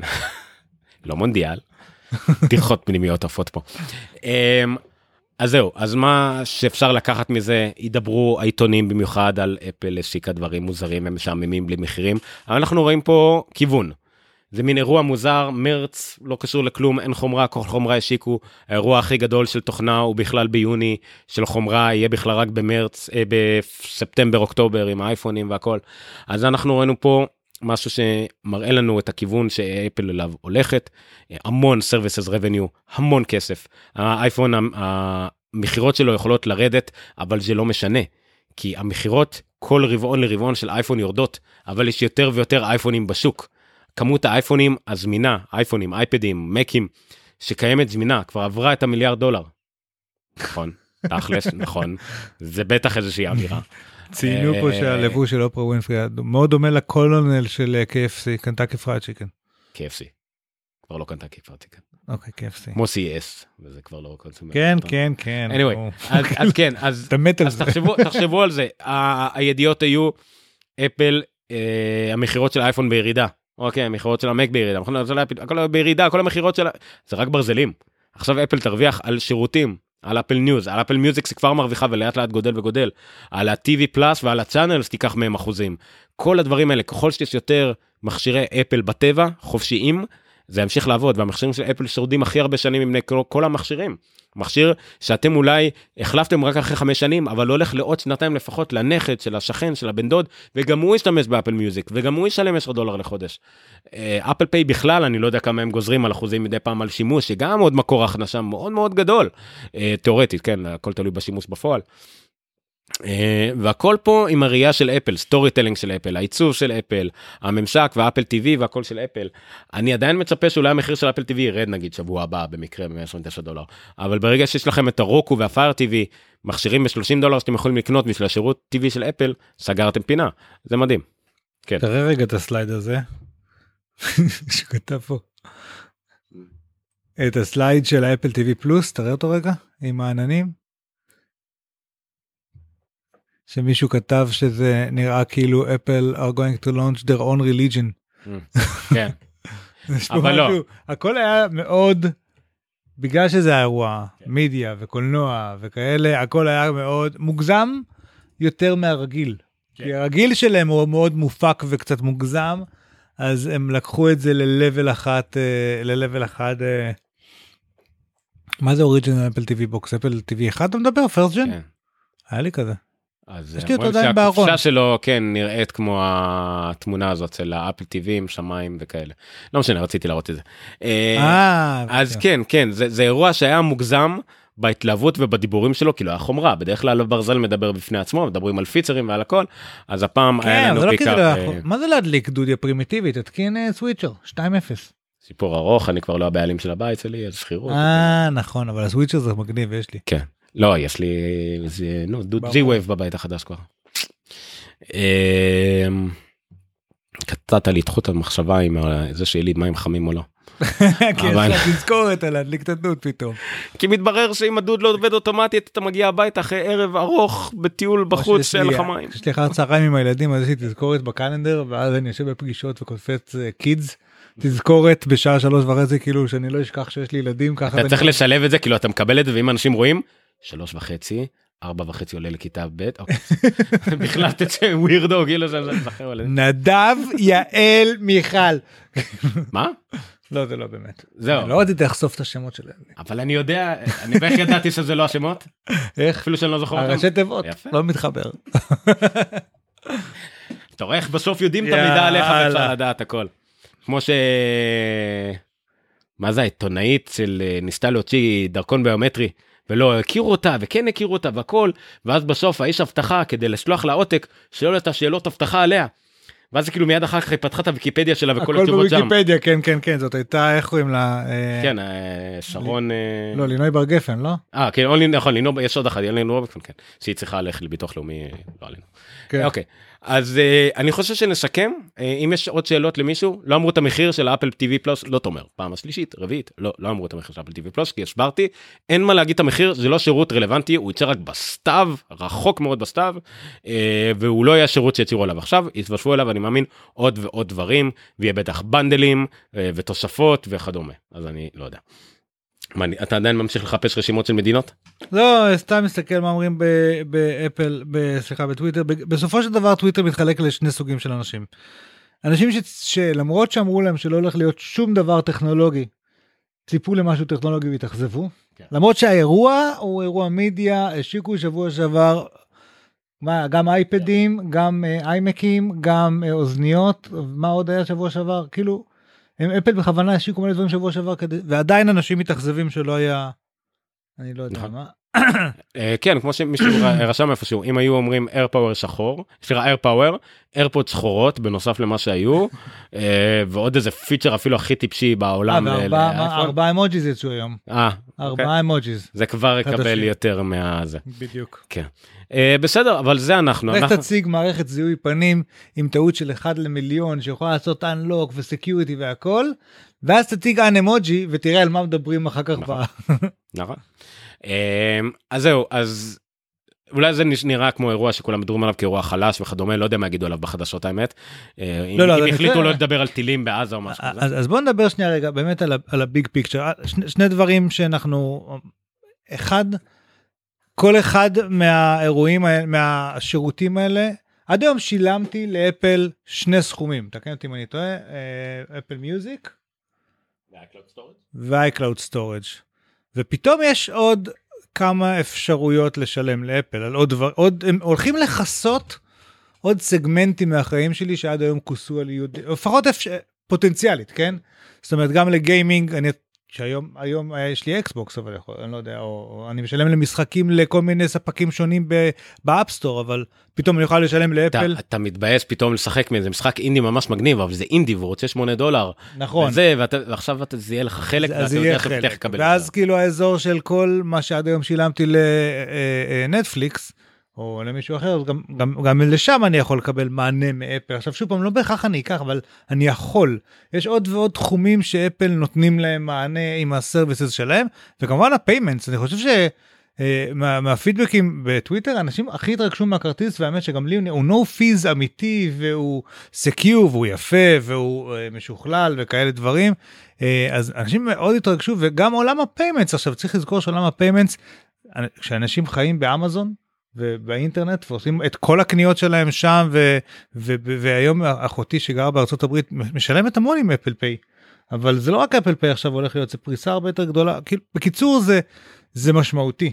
לא מונדיאל, בדיחות פנימיות עפות פה. אה, אז זהו, אז מה שאפשר לקחת מזה, ידברו העיתונים במיוחד על אפל השיקה דברים מוזרים, הם משעממים בלי מחירים, אבל אנחנו רואים פה כיוון. זה מין אירוע מוזר, מרץ, לא קשור לכלום, אין חומרה, כל חומרה השיקו, האירוע הכי גדול של תוכנה הוא בכלל ביוני, של חומרה יהיה בכלל רק במרץ, אה, בספטמבר, אוקטובר, עם האייפונים והכל. אז אנחנו ראינו פה משהו שמראה לנו את הכיוון שאפל אליו הולכת, המון services revenue, המון כסף. האייפון, המחירות שלו יכולות לרדת, אבל זה לא משנה, כי המחירות כל רבעון לרבעון של אייפון יורדות, אבל יש יותר ויותר אייפונים בשוק. כמות האייפונים הזמינה, אייפונים, אייפדים, מקים, שקיימת זמינה, כבר עברה את המיליארד דולר. נכון, תכלס, נכון. זה בטח איזושהי אמירה. ציינו פה שהלבוש של אופרה ווינפרי מאוד דומה לקולונל של קיי אף סי, קנטקי פרייד צ'יקן. קיי אף סי. כבר לא קנתה קיי אף סי. אוקיי, קיי אף סי. כמו סי אס, וזה כבר לא קונסומר. כן, כן, כן. anyway, ברור. אז, אז כן, אז, אתה מת על אז זה. תחשבו, תחשבו על זה. ה- הידיעות היו, אפל, אה, המחירות של האייפון בירידה. אוקיי, המחירות של המק בירידה. המחירות של האפל, הכל בירידה, כל המחירות של... זה רק ברזלים. עכשיו אפל תרוויח על שירותים, על אפל ניוז, על אפל מיוזיק זה כבר מרוויחה ולאט לאט גודל וגודל. על ה-טי וי פלאס ועל הצ'אנלס תיקח מהם אחוזים. כל הדברים האלה, ככל שיש יותר מכשירי אפל בטבע, חופשיים, זה ימשיך לעבוד, והמכשירים של אפל שורדים הכי הרבה שנים עם כל, כל המכשירים. מכשיר שאתם אולי החלפתם רק אחרי חמש שנים, אבל לא הולך לעוד שנתיים לפחות לנכד של השכן, של הבן דוד, וגם הוא ישתמש באפל מיוזיק, וגם הוא ישלם עשרה דולר לחודש. אפל פיי בכלל, אני לא יודע כמה הם גוזרים על אחוזים מדי פעם על שימוש, שגם עוד מקור הכנסה מאוד מאוד גדול. תיאורטית, כן, הכל תלוי בשימוש בפועל. והכל פה עם הראייה של אפל, סטורי טלינג של אפל, העיצוב של אפל, הממשק והאפל טי וי והכל של אפל. אני עדיין מצפה שאולי המחיר של אפל טי וי ירד נגיד שבוע הבא במקרה ב-מאה עשרים ותשעה דולר, אבל ברגע שיש לכם את הרוקו והפייר טי וי, מכשירים ב-שלושים דולר שאתם יכולים לקנות בשביל השירות טי וי של אפל, סגרתם פינה, זה מדהים. כן. תראה רגע את הסלייד הזה, שכתב פה. את הסלייד של האפל טי וי פלוס, תראה אותו רגע, עם העננים. שמישהו כתב שזה נראה כאילו אפל are going to launch their own religion. כן. אבל לא. הכל היה מאוד, בגלל שזה האירוע, מידיה וקולנוע וכאלה, הכל היה מאוד מוגזם יותר מהרגיל. כי הרגיל שלהם הוא מאוד מופק וקצת מוגזם, אז הם לקחו את זה ללבל אחת, ללבל אחד, מה זה אוריג'ינל אפל טי וי בוקס? אפל טי וי אחד אתה מדבר? פרסט ג'ן? כן. היה לי כזה. אז יש לי אותו רואים עדיין בארון. שהקופסה שלו, כן, נראית כמו התמונה הזאת של האפל טיווי עם שמיים וכאלה. לא משנה, רציתי להראות את זה. אה, אז כן, כן, זה, זה אירוע שהיה מוגזם בהתלהבות ובדיבורים שלו, כאילו היה חומרה, בדרך כלל ברזל מדבר בפני עצמו, מדברים על פיצרים ועל הכל, אז הפעם היה לנו פיקאפ. מה זה להדליק דודיה פרימיטיבית? תתקין סוויצ'ר, שתיים אפס. סיפור ארוך, אני כבר לא הבעלים של הבית שלי, אז שכירות. אה, נכון, אבל הסוויצ'ר זה מגניב, יש לי. כן. לא, יש לי, נו, G-Wave בבית החדש כבר. קצת על התחות המחשבה עם זה שיליד מים חמים או לא. כי יש לך תזכורת על להדליק את הדוד פתאום. כי מתברר שאם הדוד לא עובד אוטומטית, אתה מגיע הביתה אחרי ערב ארוך בטיול בחוץ שאין לך מים. יש לי אחר צהריים עם הילדים, אז יש לי תזכורת בקלנדר, ואז אני יושב בפגישות וקופץ קידס, תזכורת בשעה שלוש וחצי, כאילו שאני לא אשכח שיש לי ילדים ככה. אתה צריך לשלב את זה, כאילו אתה מקבל את זה, ואם אנשים רואים, שלוש וחצי, ארבע וחצי עולה לכיתה ב', בכלל תצא ווירדו, כאילו זה זכר עולה. נדב, יעל, מיכל. מה? לא, זה לא באמת. זהו. לא רציתי לחשוף את השמות שלהם. אבל אני יודע, אני ואיך ידעתי שזה לא השמות? איך? אפילו שאני לא זוכר אותם. הראשי תיבות, לא מתחבר. אתה רואה איך בסוף יודעים את המידע עליך ואפשר לדעת הכל. כמו ש... מה זה, העיתונאית של ניסתה להוציא דרכון ביומטרי, ולא הכירו אותה, וכן הכירו אותה, והכל, ואז בסוף האיש הבטחה, כדי לשלוח לה עותק, שלא הייתה שאלות הבטחה עליה, ואז כאילו מיד אחר כך היא פתחה את הוויקיפדיה שלה, וכל התשובות שם. הכל בוויקיפדיה, כן, כן, כן, זאת הייתה, איך קוראים לה? כן, שרון... לא, לינוי בר גפן, לא? אה, כן, נכון, יש עוד אחת, לינוי בר גפן, כן, שהיא צריכה ללכת לביטוח לאומי, לא עלינו. אוקיי, אז אני חושב שנסכם, אם יש עוד שאלות למישהו, לא אמרו את המחיר של האפל טיווי פלוס, לא תאמר, פעם השלישית, רביעית, לא, לא אמרו את המחיר של האפל טיווי פלוס, כי הסברתי, אין מה להגיד את המחיר, זה לא שירות רלוונטי, הוא יצא רק בסתיו, רחוק מאוד בסתיו, והוא לא יהיה שירות שיצירו עליו עכשיו, יתווספו אליו, אני מאמין, עוד ועוד דברים, ויהיה בטח בנדלים, ותוספות וכדומה, אז אני לא יודע. מה, אתה עדיין ממשיך לחפש רשימות של מדינות? לא, סתם מסתכל מה אומרים באפל, סליחה, בטוויטר. בסופו של דבר טוויטר מתחלק לשני סוגים של אנשים. אנשים שלמרות שאמרו להם שלא הולך להיות שום דבר טכנולוגי, ציפו למשהו טכנולוגי והתאכזבו. למרות שהאירוע הוא אירוע מידיה, השיקו שבוע שעבר, גם אייפדים, גם איימקים, גם אוזניות, מה עוד היה שבוע שעבר? כאילו, אפל בכוונה השיקו מלא דברים שבוע שעבר, ועדיין אנשים מתאכזבים שלא היה, אני לא יודע מה. כן, כמו שמישהו רשם איפשהו, אם היו אומרים AirPower שחור, סליחה, AirPower, AirPods שחורות בנוסף למה שהיו, ועוד איזה פיצ'ר אפילו הכי טיפשי בעולם. ארבעה אמוג'יז יצאו היום. ארבעה אמוג'יז. זה כבר יקבל יותר מהזה. בדיוק. כן. בסדר, אבל זה אנחנו. איך תציג מערכת זיהוי פנים עם טעות של אחד למיליון, שיכולה לעשות unlock וסקיוריטי והכל, ואז תציג אן אמוג'י ותראה על מה מדברים אחר כך. נכון. אז זהו, אז אולי זה נראה כמו אירוע שכולם מדברים עליו כאירוע חלש וכדומה, לא יודע מה יגידו עליו בחדשות האמת. אם החליטו לא לדבר על טילים בעזה או משהו כזה. אז בואו נדבר שנייה רגע באמת על הביג פיקצ'ר. שני דברים שאנחנו, אחד, כל אחד מהאירועים, מהשירותים האלה, עד היום שילמתי לאפל שני סכומים, תקן אותי אם אני טועה, אפל מיוזיק ו-iCloud Storage. ופתאום יש עוד כמה אפשרויות לשלם לאפל, על עוד דבר, עוד, הם הולכים לחסות עוד סגמנטים מהחיים שלי שעד היום כוסו על יהודי, לפחות אפ... פוטנציאלית, כן? זאת אומרת, גם לגיימינג, אני, שהיום, היום יש לי אקסבוקס, אבל יכול, אני לא יודע, או, או אני משלם למשחקים לכל מיני ספקים שונים באפסטור, אבל פתאום אני יכול לשלם לאפל. אתה, אתה מתבאס פתאום לשחק מאיזה משחק אינדי ממש מגניב, אבל זה אינדי והוא רוצה שמונה דולר. נכון. וזה, ואתה, ועכשיו אתה, זה יהיה לך חלק, ואתה יודע שאתה תלך לקבל. ואז כאילו האזור של כל מה שעד היום שילמתי לנטפליקס, או למישהו אחר, גם, גם, גם לשם אני יכול לקבל מענה מאפל. עכשיו שוב פעם, לא בהכרח אני אקח, אבל אני יכול. יש עוד ועוד תחומים שאפל נותנים להם מענה עם הסרוויסס שלהם, וכמובן הפיימנטס, אני חושב ש... מה, מהפידבקים בטוויטר, אנשים הכי התרגשו מהכרטיס, והאמת שגם לי הוא no fees אמיתי, והוא סקיור, והוא יפה, והוא משוכלל, וכאלה דברים. אז אנשים מאוד התרגשו, וגם עולם הפיימנטס, עכשיו צריך לזכור שעולם הפיימנטס, כשאנשים חיים באמזון, ובאינטרנט, ועושים את כל הקניות שלהם שם, ו- ו- ו- והיום אחותי שגרה בארצות הברית, משלמת המון עם אפל פיי, אבל זה לא רק אפל פיי עכשיו הולך להיות, זה פריסה הרבה יותר גדולה, כאילו, בקיצור זה, זה משמעותי,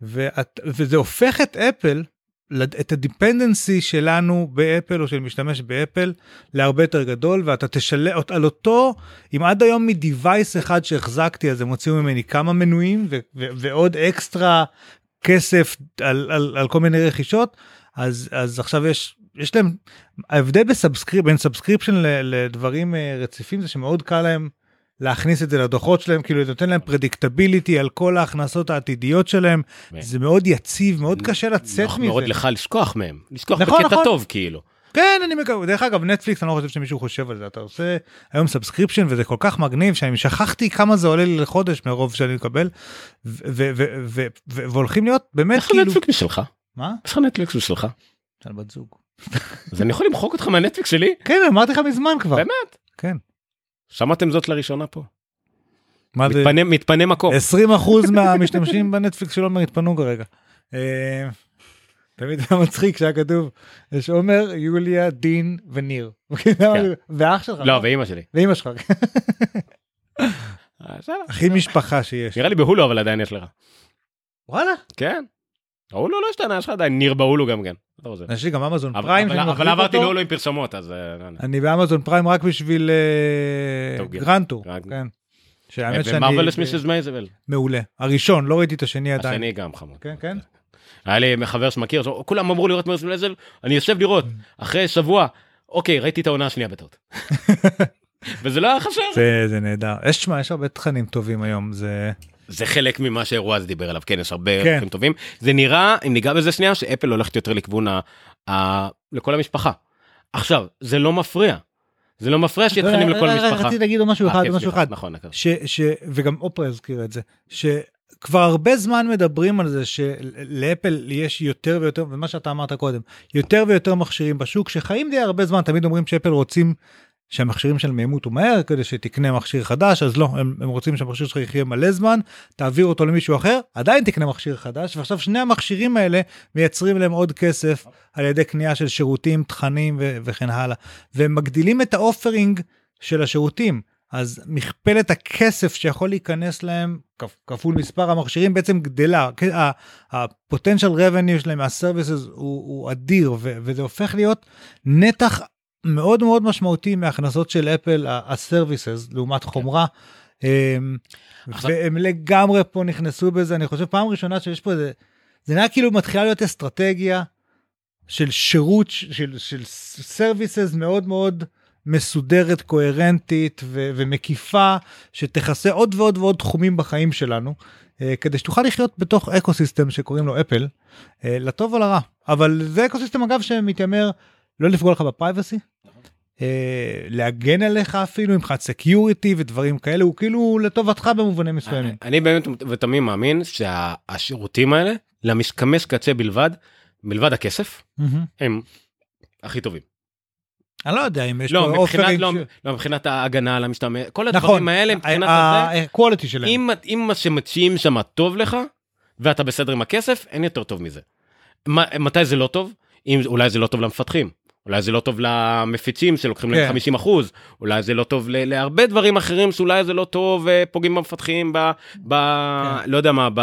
ואת, וזה הופך את אפל, את הדיפנדנסי שלנו באפל, או של משתמש באפל, להרבה יותר גדול, ואתה תשלם על אותו, אם עד היום מדיווייס אחד שהחזקתי, אז הם הוציאו ממני כמה מנויים, ו- ו- ועוד אקסטרה כסף על, על, על כל מיני רכישות, אז, אז עכשיו יש, יש להם, ההבדל בסאבסקריפ, בין סאבסקריפשן לדברים רציפים, זה שמאוד קל להם להכניס את זה לדוחות שלהם, כאילו זה נותן להם פרדיקטביליטי על כל ההכנסות העתידיות שלהם, זה מאוד יציב, מאוד קשה לצאת מזה. מאוד לך לשכוח מהם, לשכוח בקטע טוב כאילו. כן, אני מקווה, דרך אגב, נטפליקס, אני לא חושב שמישהו חושב על זה, אתה עושה היום סאבסקריפשן, וזה כל כך מגניב, שאני שכחתי כמה זה עולה לי לחודש, מרוב שאני מקבל, והולכים להיות באמת כאילו... איך הנטפליקס שלך? מה? איך הנטפליקס שלך? של בת זוג. אז אני יכול למחוק אותך מהנטפליקס שלי? כן, אמרתי לך מזמן כבר. באמת? כן. שמעתם זאת לראשונה פה? מתפנה, זה... מתפנה מקום. עשרים אחוז מהמשתמשים בנטפליקס של עומר התפנו כרגע. תמיד היה מצחיק שהיה כתוב, יש עומר, יוליה, דין וניר. ואח שלך. לא, ואמא שלי. ואמא שלך. הכי משפחה שיש. נראה לי בהולו, אבל עדיין יש לך. וואלה? כן. ההולו לא השתנה, יש לך עדיין ניר בהולו גם כן. יש לי גם אמזון פריים. אבל עברתי להולו עם פרסומות, אז... אני באמזון פריים רק בשביל גרנטור. ומרוולס מיסס מייזבל. מעולה. הראשון, לא ראיתי את השני עדיין. השני גם חמוד. כן, כן. היה לי חבר שמכיר, כולם אמרו לראות מרוולס מייזבל, אני יושב לראות, אחרי שבוע, אוקיי, ראיתי את העונה השנייה בטעות. וזה לא היה חסר. זה נהדר. יש, תשמע, יש הרבה תכנים טובים היום, זה... זה חלק ממה שאירוע הזה דיבר עליו, כן, יש הרבה תכנים טובים. זה נראה, אם ניגע בזה שנייה, שאפל הולכת יותר לכיוון לכל המשפחה. עכשיו, זה לא מפריע. זה לא מפריע שיהיה תכנים לכל המשפחה. רציתי להגיד לו משהו אחד, משהו אחד. נכון, וגם אופרה הזכיר את זה, שכבר הרבה זמן מדברים על זה שלאפל יש יותר ויותר, ומה שאתה אמרת קודם, יותר ויותר מכשירים בשוק, שחיים די הרבה זמן, תמיד אומרים שאפל רוצים שהמכשירים שלהם ימותו מהר, כדי שתקנה מכשיר חדש, אז לא, הם, הם רוצים שהמכשיר שלך יחיה מלא זמן, תעביר אותו למישהו אחר, עדיין תקנה מכשיר חדש, ועכשיו שני המכשירים האלה מייצרים להם עוד כסף, על ידי קנייה של שירותים, תכנים ו- וכן הלאה, והם מגדילים את האופרינג של השירותים, אז מכפלת הכסף שיכול להיכנס להם, כפול מספר המכשירים בעצם גדלה, הפוטנציאל רבניו שלהם מהסרוויסס הוא, הוא אדיר, ו- וזה הופך להיות נתח מאוד מאוד משמעותי מההכנסות של אפל, הסרוויסס, לעומת חומרה, והם לגמרי פה נכנסו בזה, אני חושב פעם ראשונה שיש פה איזה, זה נראה כאילו מתחילה להיות אסטרטגיה של שירות, של, של סרוויסס מאוד מאוד מסודרת, קוהרנטית ו- ומקיפה, שתכסה עוד ועוד ועוד תחומים בחיים שלנו, כדי שתוכל לחיות בתוך אקוסיסטם שקוראים לו אפל, לטוב או לרע. אבל זה אקוסיסטם אגב שמתיימר לא לפגוע לך בפרייבסי, להגן עליך אפילו, מבחינת סקיוריטי ודברים כאלה, הוא כאילו לטובתך במובנים מסוימים. אני באמת ותמיד מאמין שהשירותים האלה, למשתמש קצה בלבד, מלבד הכסף, הם הכי טובים. אני לא יודע אם יש פה אופרינג... לא, מבחינת ההגנה על המשתמש, כל הדברים האלה, מבחינת הזה, הקואליטי שלהם. אם מה שמציעים שם טוב לך, ואתה בסדר עם הכסף, אין יותר טוב מזה. מתי זה לא טוב? אולי זה לא טוב למפתחים. אולי זה לא טוב למפיצים שלוקחים להם חמישים אחוז, אולי זה לא טוב להרבה דברים אחרים, שאולי זה לא טוב ופוגעים במפתחים, לא יודע מה,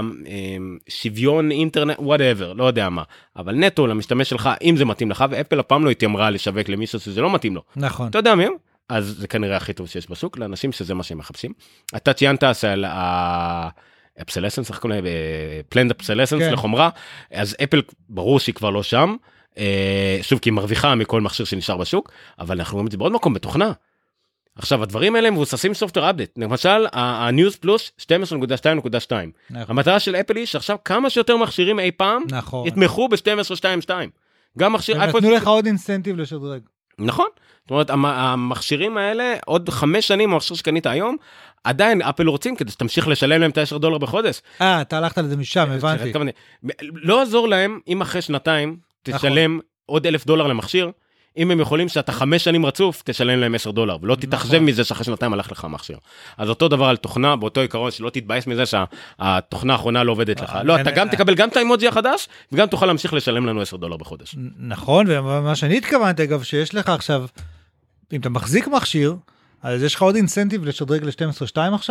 בשוויון אינטרנט, whatever, לא יודע מה. אבל נטו למשתמש שלך, אם זה מתאים לך, ואפל הפעם לא התיימרה לשווק למישהו שזה לא מתאים לו. נכון. אתה יודע מי? אז זה כנראה הכי טוב שיש בשוק, לאנשים שזה מה שהם מחפשים. אתה ציינת על האפסלסנס, איך קוראים? פלנד אפסלסנס לחומרה, אז אפל ברור שהיא כבר לא שם, שוב כי היא מרוויחה מכל מכשיר שנשאר בשוק, אבל אנחנו רואים את זה בעוד מקום בתוכנה. עכשיו הדברים האלה מבוססים סופטוור אפדייט, למשל הניוז פלוס שתים עשרה נקודה שתיים נקודה שתיים, המטרה של אפל היא שעכשיו כמה שיותר מכשירים אי פעם יתמכו ב-שתים עשרה נקודה שתיים נקודה שתיים, גם מכשיר אייפון, נתנו לך עוד אינסנטיב לשדרג. נכון, זאת אומרת המכשירים האלה עוד חמש שנים המכשיר שקנית היום, עדיין אפל רוצים כדי שתמשיך לשלם להם את ה-עשרה דולר בחודש. אה, אתה הלכת לזה משם, הבנתי. לא עזור להם אם אחרי שנתיים תשלם עוד אלף דולר למכשיר, אם הם יכולים שאתה חמש שנים רצוף, תשלם להם עשר דולר, ולא תתאכזב מזה שאחרי שנתיים הלך לך מכשיר. אז אותו דבר על תוכנה, באותו עיקרון שלא תתבאס מזה שהתוכנה האחרונה לא עובדת לך. לא, אתה גם תקבל גם את האימוג'י החדש, וגם תוכל להמשיך לשלם לנו עשר דולר בחודש. נכון, ומה שאני התכוונתי, אגב, שיש לך עכשיו, אם אתה מחזיק מכשיר, אז יש לך עוד אינסנטיב לשדרג ל-שתים עשרה נקודה שתיים עכשיו,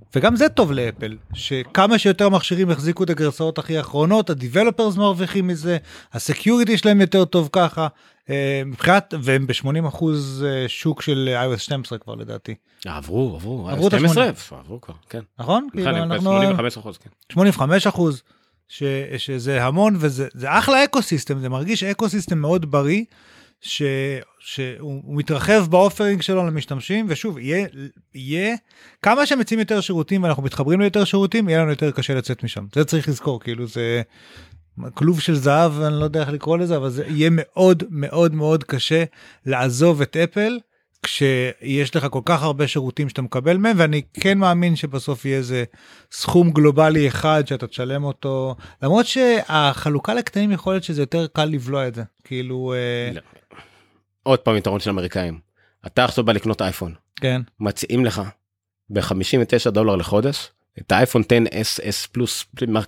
וגם זה טוב לאפל, שכמה שיותר מכשירים החזיקו את הגרסאות הכי האחרונות, ה-Developers מרוויחים מזה, ה-Security שלהם יותר טוב ככה, מבחינת, והם ב-שמונים אחוז שוק של איי או אס שתים עשרה כבר לדעתי. עברו, עברו, עברו את שתים עשרה, עברו כבר, כן. נכון? שמונים וחמישה אחוז, כן. שמונים וחמישה אחוז, שזה המון, וזה אחלה אקוסיסטם, זה מרגיש אקוסיסטם מאוד בריא, ש, שהוא מתרחב באופרינג שלו למשתמשים, ושוב, יהיה, יהיה, כמה שמציעים יותר שירותים, ואנחנו מתחברים ליותר שירותים, יהיה לנו יותר קשה לצאת משם. זה צריך לזכור, כאילו זה כלוב של זהב, אני לא יודע איך לקרוא לזה, אבל זה יהיה מאוד מאוד מאוד קשה לעזוב את אפל, כשיש לך כל כך הרבה שירותים שאתה מקבל מהם, ואני כן מאמין שבסוף יהיה איזה סכום גלובלי אחד שאתה תשלם אותו, למרות שהחלוקה לקטנים יכול להיות שזה יותר קל לבלוע את זה, כאילו... עוד פעם יתרון של אמריקאים, אתה עכשיו בא לקנות אייפון, כן. מציעים לך ב-חמישים ותשעה דולר לחודש, את האייפון עשר אס אס פלוס,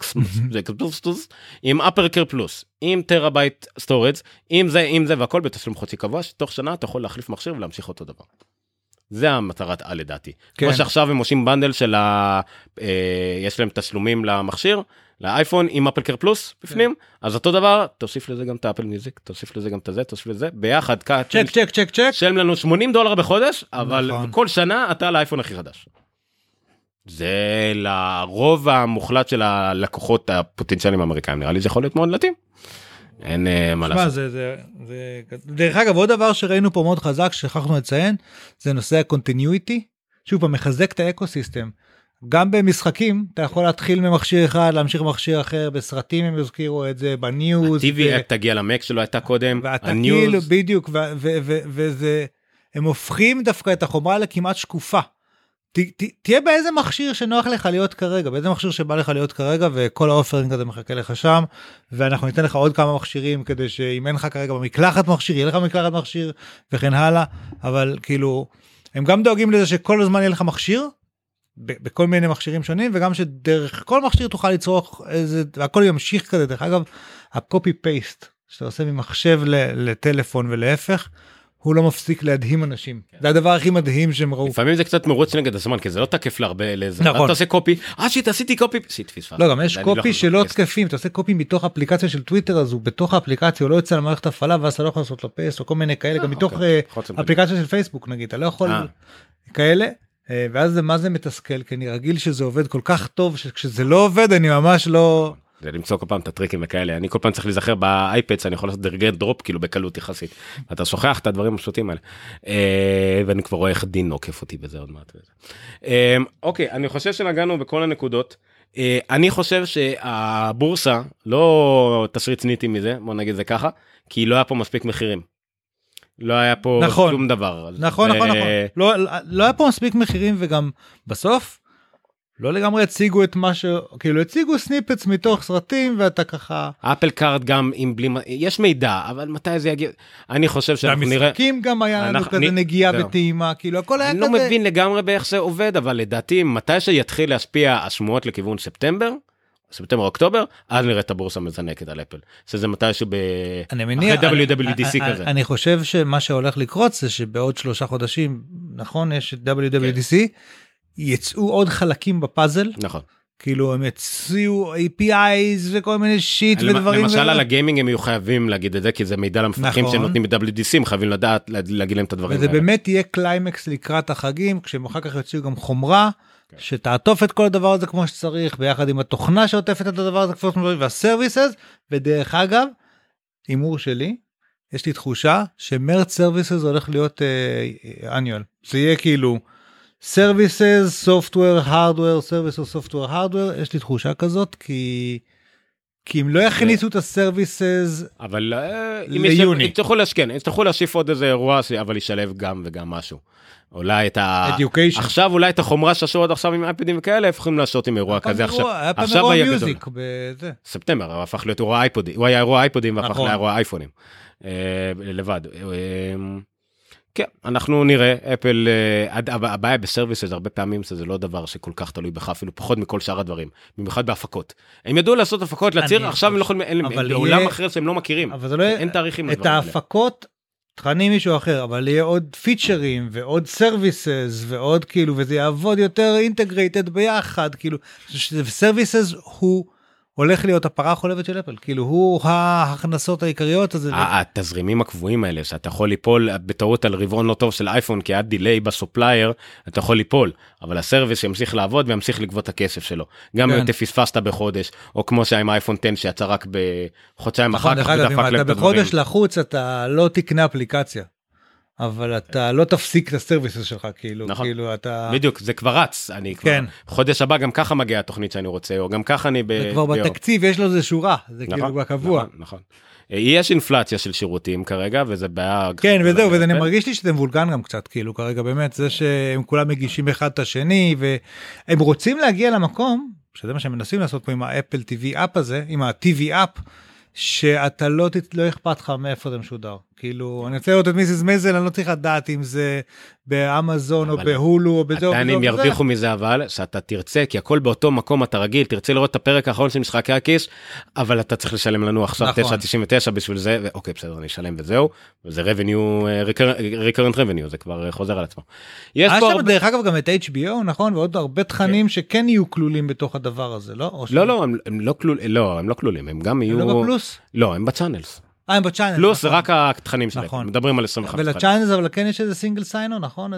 עם אפרקר פלוס, עם טראבייט סטורג', עם זה, עם זה, והכל בתשלום חודשי קבוע, שתוך שנה אתה יכול להחליף מכשיר ולהמשיך אותו דבר. זה המטרת על לדעתי. כמו שעכשיו הם עושים בנדל של ה... יש להם תשלומים למכשיר, לאייפון עם אפלקר פלוס בפנים, אז אותו דבר, תוסיף לזה גם את האפל מיוזיק, תוסיף לזה גם את זה, תוסיף לזה, ביחד, צ'ק, צ'ק, צ'ק, צ'ק. שלם לנו שמונים דולר בחודש, אבל כל שנה אתה על האייפון הכי חדש. זה לרוב המוחלט של הלקוחות הפוטנציאליים האמריקאים, נראה לי זה יכול להיות מאוד להתאים. אין מה לעשות. זה, זה, זה... דרך אגב, עוד דבר שראינו פה מאוד חזק, ששכחנו לציין, זה נושא הקונטיניויטי, שוב, מחזק את האקוסיסטם. גם במשחקים, אתה יכול להתחיל ממכשיר אחד, להמשיך ממכשיר אחר, בסרטים הם יזכירו את זה, בניוז. ה-טי וי אפ תגיע למק שלו הייתה קודם, הניוז. בדיוק, וזה, הם הופכים דווקא את החומרה לכמעט שקופה. תהיה באיזה מכשיר שנוח לך להיות כרגע, באיזה מכשיר שבא לך להיות כרגע, וכל האופרינג הזה מחכה לך שם, ואנחנו ניתן לך עוד כמה מכשירים, כדי שאם אין לך כרגע במקלחת מכשיר, יהיה לך מקלחת מכשיר, וכן הלאה, אבל כאילו, הם גם דואגים לזה שכל הזמן יהיה לך מכשיר, בכל מיני מכשירים שונים, וגם שדרך כל מכשיר תוכל לצרוך איזה, והכל ימשיך כזה, דרך אגב, הקופי פייסט, שאתה עושה ממחשב לטלפון ולהפך, הוא לא מפסיק להדהים אנשים. זה הדבר הכי מדהים שהם ראו. לפעמים זה קצת מרוץ נגד הזמן, כי זה לא תקף להרבה לזה. נכון. אתה עושה קופי, אה שיט, עשיתי קופי, שיט, פספס. לא, גם יש קופי שלא תקפים, אתה עושה קופי מתוך אפליקציה של טוויטר, אז הוא בתוך האפליקציה, הוא לא יוצא למערכת הפעלה, ואז אתה לא יכול לעשות לו פייסט, או כל מיני כאלה, גם מתוך אפליקציה של פייסבוק, נגיד, אתה לא יכול כאלה, ואז מה זה מתסכל, כי אני רגיל שזה עובד כל כך טוב, שכשזה לא עובד, אני ממש לא... זה למצוא כל פעם את הטריקים וכאלה, אני כל פעם צריך להיזכר באייפד, אני יכול לעשות דרגי דרופ כאילו בקלות יחסית, אתה שוכח את הדברים הפשוטים האלה, ואני כבר רואה איך דין נוקף אותי בזה עוד מעט. אוקיי, אני חושב שנגענו בכל הנקודות, אני חושב שהבורסה לא תשריט ניטי מזה, בוא נגיד זה ככה, כי לא היה פה מספיק מחירים. לא היה פה נכון, שום דבר. נכון, נכון, נכון. לא, לא היה פה מספיק מחירים, וגם בסוף, לא לגמרי הציגו את מה ש... כאילו, הציגו סניפץ מתוך סרטים, ואתה ככה... אפל קארד גם עם בלי... יש מידע, אבל מתי זה יגיע? אני חושב שאנחנו נראה... והמשחקים גם היה לנו כזה נגיעה וטעימה, כאילו, הכל היה כזה... אני לא מבין לגמרי באיך זה עובד, אבל לדעתי, מתי שיתחיל להשפיע השמועות לכיוון ספטמבר, ספטמבר אוקטובר, אז נראה את הבורסה מזנקת על אפל. שזה מתי שב... אחרי דאבליו דאבליו די סי כזה. אני חושב שמה שהולך לקרות זה שבעוד שלושה חודשים, נכון, יש את דאבליו דאבליו די סי, יצאו עוד חלקים בפאזל. נכון. כאילו הם יצאו איי פי איז וכל מיני שיט ודברים. למשל על הגיימינג הם יהיו חייבים להגיד את זה, כי זה מידע למפתחים שנותנים ב-דאבליו די סי, הם חייבים לדעת להגיד להם את הדברים האלה. וזה באמת יהיה קליימקס לקראת החגים, כשהם אחר כך יוציאו גם חומרה, שתעטוף את כל הדבר הזה כמו שצריך, ביחד עם התוכנה שעוטפת את הדבר הזה כמו שצריך, והסרוויסס, ודרך אגב, הימור שלי, יש לי תחושה שמרץ סרוויסס הולך להיות אניואל. זה יהיה כאילו Services, Software, Hardware, Services, Software, Hardware, יש לי תחושה כזאת, כי, כי אם לא יכניסו את ה-Services אבל ליוני. אם תצטרכו להשכן, אם תצטרכו להשיף עוד איזה אירוע, אבל ישלב גם וגם משהו. אולי את ה... Education. עכשיו אולי את החומרה שעשו עד עכשיו עם אייפדים וכאלה, הפכים לעשות עם אירוע כזה עכשיו. היה פעם אירוע מיוזיק בזה. ספטמבר, הוא הפך להיות אירוע אייפודים, הוא היה אירוע אייפודים והפך לאירוע אייפונים. לבד. כן, אנחנו נראה, אפל, הבעיה בסרוויסס, הרבה פעמים שזה לא דבר שכל כך תלוי בך, אפילו פחות מכל שאר הדברים, במיוחד בהפקות. הם ידעו לעשות הפקות להציר, עכשיו הם לא יכולים, בעולם אחר שהם לא מכירים, אין תאריכים. את ההפקות, תכנים מישהו אחר, אבל יהיה עוד פיצ'רים ועוד סרוויסס ועוד כאילו, וזה יעבוד יותר אינטגרייטד ביחד, כאילו, סרוויסס הוא הולך להיות הפרה החולבת של אפל, כאילו הוא ההכנסות העיקריות. התזרימים הקבועים האלה, שאתה יכול ליפול בטעות על רבעון לא טוב של אייפון, כי היה דיליי בסופלייר, אתה יכול ליפול, אבל הסרוויס ימשיך לעבוד וימשיך לגבות את הכסף שלו. גם אם תפספסת בחודש, או כמו שהיה עם אייפון עשר שיצא רק בחודשיים אחר כך, אם אתה בחודש לחוץ, אתה לא תקנה אפליקציה. אבל אתה לא תפסיק את הסרוויסס שלך, כאילו, נכון. כאילו אתה... בדיוק, זה כבר רץ, אני כבר... כן. חודש הבא גם ככה מגיעה התוכנית שאני רוצה, או גם ככה אני ב... זה כבר בתקציב, יש לו איזה שורה, זה נכון, כאילו בקבוע. נכון, נכון. יש אינפלציה של שירותים כרגע, וזה בעיה... כן, וזהו, וזה מרגיש לי שזה מבולגן גם קצת, כאילו, כרגע באמת, זה שהם כולם מגישים אחד את השני, והם רוצים להגיע למקום, שזה מה שהם מנסים לעשות פה עם האפל טי וי אפ הזה, עם ה-טי וי אפ, שאתה לא, לא אכפת לך מאיפה זה משודר. כאילו, אני רוצה לראות את מיסיס מזל, אני לא צריך לדעת אם זה באמזון או בהולו או בזה או בזה. עדיין הם ירוויחו מזה, אבל שאתה תרצה, כי הכל באותו מקום אתה רגיל, תרצה לראות את הפרק האחרון של משחקי הכיס, אבל אתה צריך לשלם לנו עכשיו תשע תשעים ותשע בשביל זה, ואוקיי, בסדר, אני אשלם וזהו, וזה revenue, recurrent revenue, זה כבר חוזר על עצמו. יש שם דרך אגב גם את אייץ' בי או, נכון? ועוד הרבה תכנים שכן יהיו כלולים בתוך הדבר הזה, לא? לא, לא, הם לא כלולים, הם גם יהיו... הם לא בפלוס? לא, הם בצ'אנלס. אה, הם בצ'אנלס. פלוס זה רק התכנים שלהם, מדברים על עשרים וחמש. ולצ'אנלס, אבל כן יש איזה סינגל סיינו, נכון?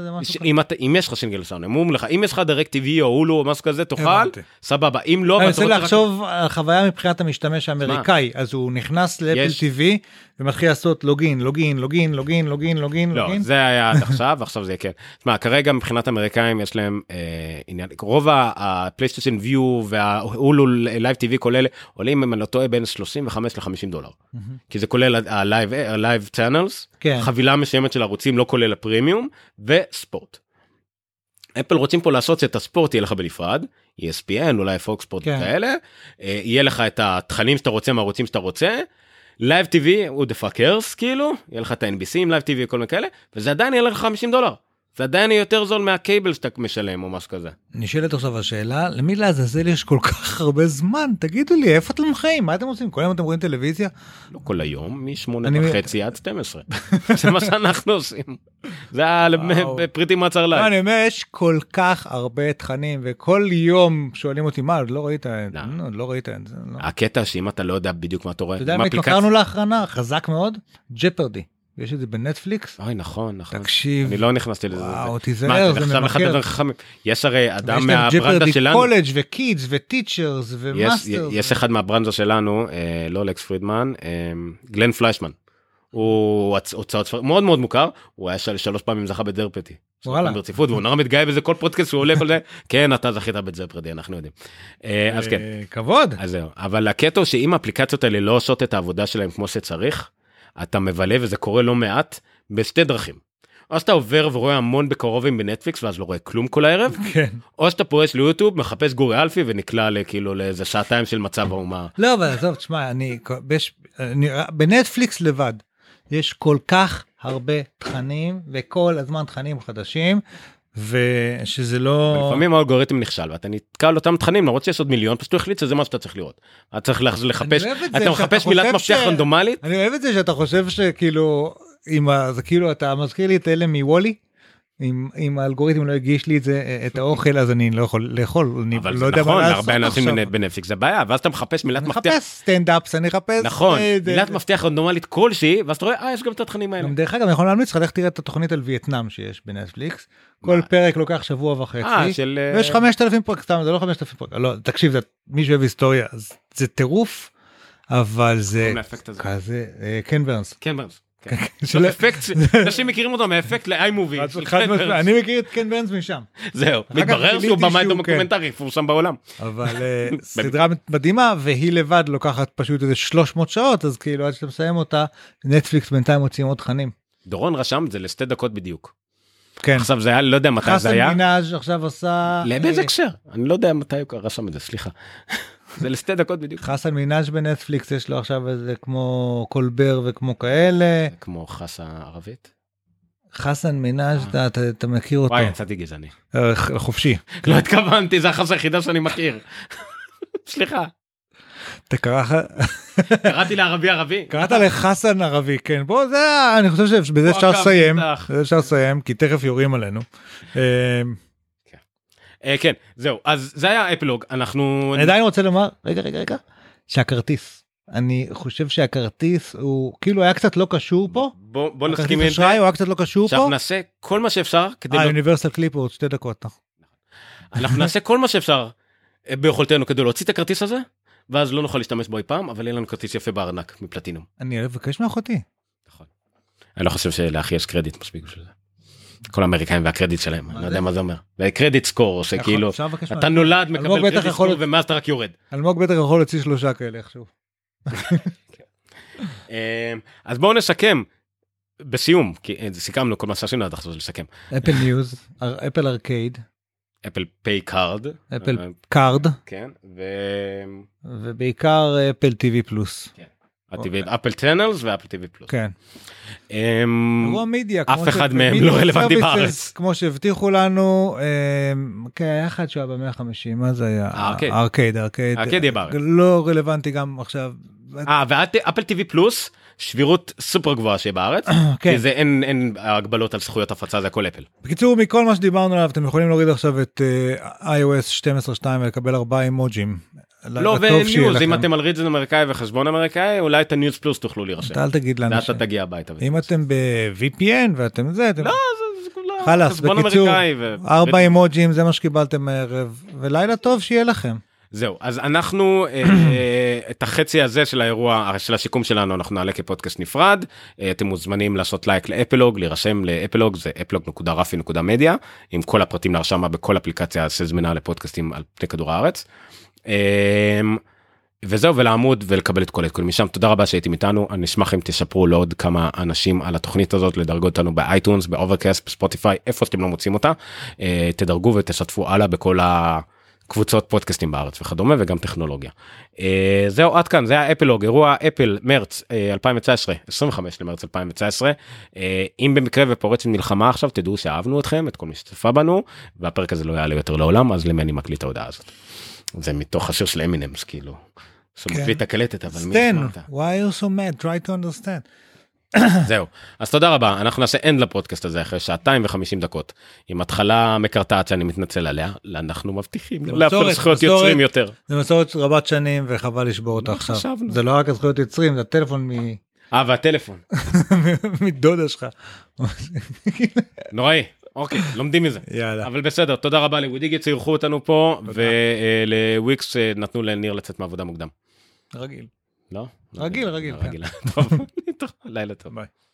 אם יש לך סינגל סיינו, הם אומרים לך, אם יש לך דירקט טי וי או הולו או משהו כזה, תוכל, סבבה. אם לא... אני רוצה לחשוב על חוויה מבחינת המשתמש האמריקאי, אז הוא נכנס לאפל טי וי, ומתחיל לעשות לוגין, לוגין, לוגין, לוגין, לוגין, לוגין, לא, זה היה עד עכשיו, עכשיו זה כן. תשמע, כרגע מבחינת אמריקאים יש להם עניין, רוב הפלייסטיישן ויו וההולו לייב טי וי כולל, עולים אם אני לא טועה בין שלושים וחמש ל-חמישים דולר. כי זה כולל הלייב צ'אנלס, חבילה מסוימת של ערוצים לא כולל הפרימיום, וספורט. אפל רוצים פה לעשות שאת הספורט יהיה לך בנפרד, אי אס פי אן, אולי פוקס ספורט כאלה, יהיה לך את התכנים שאתה רוצה מהערוצים שאתה רוצה, לייב טי וי הוא דה פאקרס, כאילו, יהיה לך את ה-אן בי סי עם לייב טי וי וכל מיני כאלה, וזה עדיין יהיה לך חמישים דולר. זה עדיין יהיה יותר זול מהקייבל שאתה משלם או משהו כזה. נשאלת עכשיו השאלה, למי לעזאזל יש כל כך הרבה זמן? תגידו לי, איפה אתם חיים? מה אתם עושים? כל היום אתם רואים טלוויזיה? לא כל היום, משמונה וחצי עד שתים עשרה. זה מה שאנחנו עושים. זה היה פריטי מעצר לייב. אני אומר, יש כל כך הרבה תכנים, וכל יום שואלים אותי, מה, לא ראית? לא ראית את זה. הקטע שאם אתה לא יודע בדיוק מה אתה רואה. אתה יודע, התמכרנו לאחרונה, חזק מאוד, ג'פרדי. יש את זה בנטפליקס. אוי, נכון, נכון. תקשיב. אני לא נכנסתי לזה. וואו, תיזהר, זה ממכר. יש הרי אדם מהברנדה שלנו. קולג' וקידס וטיצ'רס ומאסטרס. יש אחד מהברנדה שלנו, לא לקס פרידמן, גלן פליישמן. הוא הוצאות ספרים מאוד מאוד מוכר, הוא היה שלוש פעמים זכה בזרפדי. וואלה. ברציפות, והוא נורא מתגאה בזה, כל פודקאסט שהוא הולך על זה, כן, אתה זכית בזרפדי, אנחנו יודעים. אז כן. כבוד. אז זהו. אבל הקטע הוא שאם האפליקציות האלה לא עושות את העבודה שלהם כמו שצריך, אתה מבלה, וזה קורה לא מעט, בשתי דרכים. או שאתה עובר ורואה המון בקרובים בנטפליקס, ואז לא רואה כלום כל הערב, כן. או שאתה פורש ליוטיוב, מחפש גורי אלפי, ונקלע כאילו לאיזה שעתיים של מצב האומה. לא, אבל עזוב, תשמע, אני, בש, אני, בנטפליקס לבד, יש כל כך הרבה תכנים, וכל הזמן תכנים חדשים, ושזה לא... לפעמים האלגוריתם נכשל, ואתה נתקע על אותם תכנים, למרות שיש עוד מיליון, פשוט הוא החליט שזה מה שאתה צריך לראות. אתה צריך לחפש, אתה מחפש מילת מפתח רנדומלית. אני אוהב את זה שאתה חושב שכאילו, זה כאילו, אתה מזכיר לי את אלה מוולי, אם האלגוריתם לא הגיש לי את האוכל, אז אני לא יכול לאכול, אני לא יודע מה לעשות. נכון, הרבה אנשים בנטפליקס זה בעיה, ואז אתה מחפש מילת מפתח. אני מחפש סטנדאפס, אני מחפש... נכון, מילת מפתח רנדומלית כלשהי, ואז אתה רואה, אה, יש גם את התכנים האלה. דרך אגב, אני יכול להמליץ לך, לך תראה את התוכנית על וייטנאם שיש בנטפליקס, כל פרק לוקח שבוע וחצי, ויש חמשת אלפים פרק, סתם, זה לא חמשת אלפים פרק, לא, תקשיב, מישהו אוהב היסטוריה, זה טירוף, אבל זה כזה, קן ברנס. קן ברנס. של אפקט, אנשים מכירים אותו מאפקט לאי מובי. אני מכיר את קן ברנס משם. זהו, מתברר שהוא במאי דוקומנטרי, הוא שם בעולם. אבל סדרה מדהימה, והיא לבד לוקחת פשוט איזה שלוש מאות שעות, אז כאילו עד שאתה מסיים אותה, נטפליקס בינתיים מוצאים עוד תכנים. דורון רשם את זה לשתי דקות בדיוק. כן. עכשיו זה היה, לא יודע מתי זה היה. חסן מינאז' עכשיו עשה... באיזה הקשר? אני לא יודע מתי הוא רשם את זה, סליחה. זה לשתי דקות בדיוק. חסן מינאז' בנטפליקס יש לו עכשיו איזה כמו קולבר וכמו כאלה. כמו חסה ערבית? חסן מינאז' אתה מכיר אותו. וואי, יצאתי גזעני. חופשי. לא התכוונתי, זה החסה היחידה שאני מכיר. סליחה. אתה קרא... קראתי לערבי ערבי. קראת לחסן ערבי, כן. בוא, זה, אני חושב שבזה אפשר לסיים, בזה אפשר לסיים, כי תכף יורים עלינו. כן, זהו, אז זה היה אפלוג, אנחנו... אני עדיין רוצה לומר, רגע, רגע, רגע, שהכרטיס, אני חושב שהכרטיס הוא, כאילו היה קצת לא קשור פה. בוא נסכים עם זה. הוא היה קצת לא קשור פה. שאנחנו נעשה כל מה שאפשר כדי... אה, יוניברסל קליפ, שתי דקות. אנחנו נעשה כל מה שאפשר ביכולתנו כדי להוציא את הכרטיס הזה, ואז לא נוכל להשתמש בו אי פעם, אבל יהיה לנו כרטיס יפה בארנק מפלטינום. אני אבקש מאחותי. נכון. אני לא חושב שלאחי יש קרדיט מספיק בשביל זה. כל האמריקאים והקרדיט שלהם, אני לא יודע מה זה אומר. וקרדיט סקור, שכאילו, אתה נולד, מקבל קרדיט סקור, ומאז אתה רק יורד. אלמוג בטח יכול להוציא שלושה כאלה איכשהו. אז בואו נסכם, בסיום, כי סיכמנו כל מה שעשינו עד עכשיו לסכם. אפל ניוז, אפל ארקייד. אפל פיי קארד. אפל קארד. כן, ו... ובעיקר אפל טיווי פלוס. כן. אפל צ'אנלס ואפל טיווי פלוס. כן. אירוע מידיה. אף אחד מהם לא רלוונטי בארץ. כמו שהבטיחו לנו, כן, היה אחד שהיה ב-מאה וחמישים, מה זה היה? הארקייד. הארקייד, הארקייד. הארקייד יהיה בארץ. לא רלוונטי גם עכשיו. אה, ואפל טיווי פלוס, שבירות סופר גבוהה שיהיה בארץ, כי זה אין הגבלות על זכויות הפצה, זה הכל אפל. בקיצור, מכל מה שדיברנו עליו, אתם יכולים להוריד עכשיו את איי או אס שתים עשרה נקודה שתיים ולקבל ארבעה אימוג'ים. לא, וניוז, אם אתם על רידג'ן אמריקאי וחשבון אמריקאי, אולי את הניוז פלוס תוכלו להירשם. אל תגיד לאנשים. אתה תגיע הביתה. אם אתם ב-וי פי אן ואתם זה, לא, זה חלאס, בקיצור, ארבע אימוג'ים, זה מה שקיבלתם הערב, ולילה טוב שיהיה לכם. זהו, אז אנחנו, את החצי הזה של האירוע, של השיקום שלנו, אנחנו נעלה כפודקאסט נפרד, אתם מוזמנים לעשות לייק לאפלוג, להירשם לאפלוג, זה אפלוג נקודה רפי נקודה מדיה, עם כל הפרטים להרשמה בכל אפליקציה שזמינה לפודקאסטים על פני כדור הארץ. וזהו, ולעמוד ולקבל את כל העדכונים משם. תודה רבה שהייתם איתנו, אני אשמח אם תשפרו לעוד כמה אנשים על התוכנית הזאת, לדרגו אותנו באייטונס, באוברקאסט, בספוטיפיי, איפה שאתם לא מוצאים אותה, תדרגו ותשתפו הלאה בכל הקבוצות פודקאסטים בארץ וכדומה, וגם טכנולוגיה. זהו, עד כאן, זה היה אפלוג, אירוע אפל מרץ אלפיים תשע עשרה, עשרים וחמישה למרץ אלפיים תשע עשרה. אם במקרה ופורץ מלחמה עכשיו, תדעו שאהבנו אתכם, את כל מי שצפה בנו, והפרק הזה לא יעלה יותר לעולם, אז למי אני מקליט את ההודעה הזאת. זה מתוך השיר של אמינמס, כאילו. שמקליט את הקלטת, אבל מי ישמע אותה? Why are you so mad? Try to understand. זהו. אז תודה רבה. אנחנו נעשה end לפודקאסט הזה אחרי שעתיים וחמישים דקות. עם התחלה מקרטעת שאני מתנצל עליה, אנחנו מבטיחים לאפשר זכויות יוצרים יותר. זה מסורת רבת שנים וחבל לשבור אותה עכשיו. זה לא רק הזכויות יוצרים, זה הטלפון מ... אה, והטלפון. מדודה שלך. נוראי. אוקיי, לומדים מזה. יאללה. אבל בסדר, תודה רבה לווידיגי, ציירכו אותנו פה, ולוויקס נתנו לניר לצאת מעבודה מוקדם. רגיל. לא? רגיל, רגיל. רגיל. טוב, לילה טוב. ביי.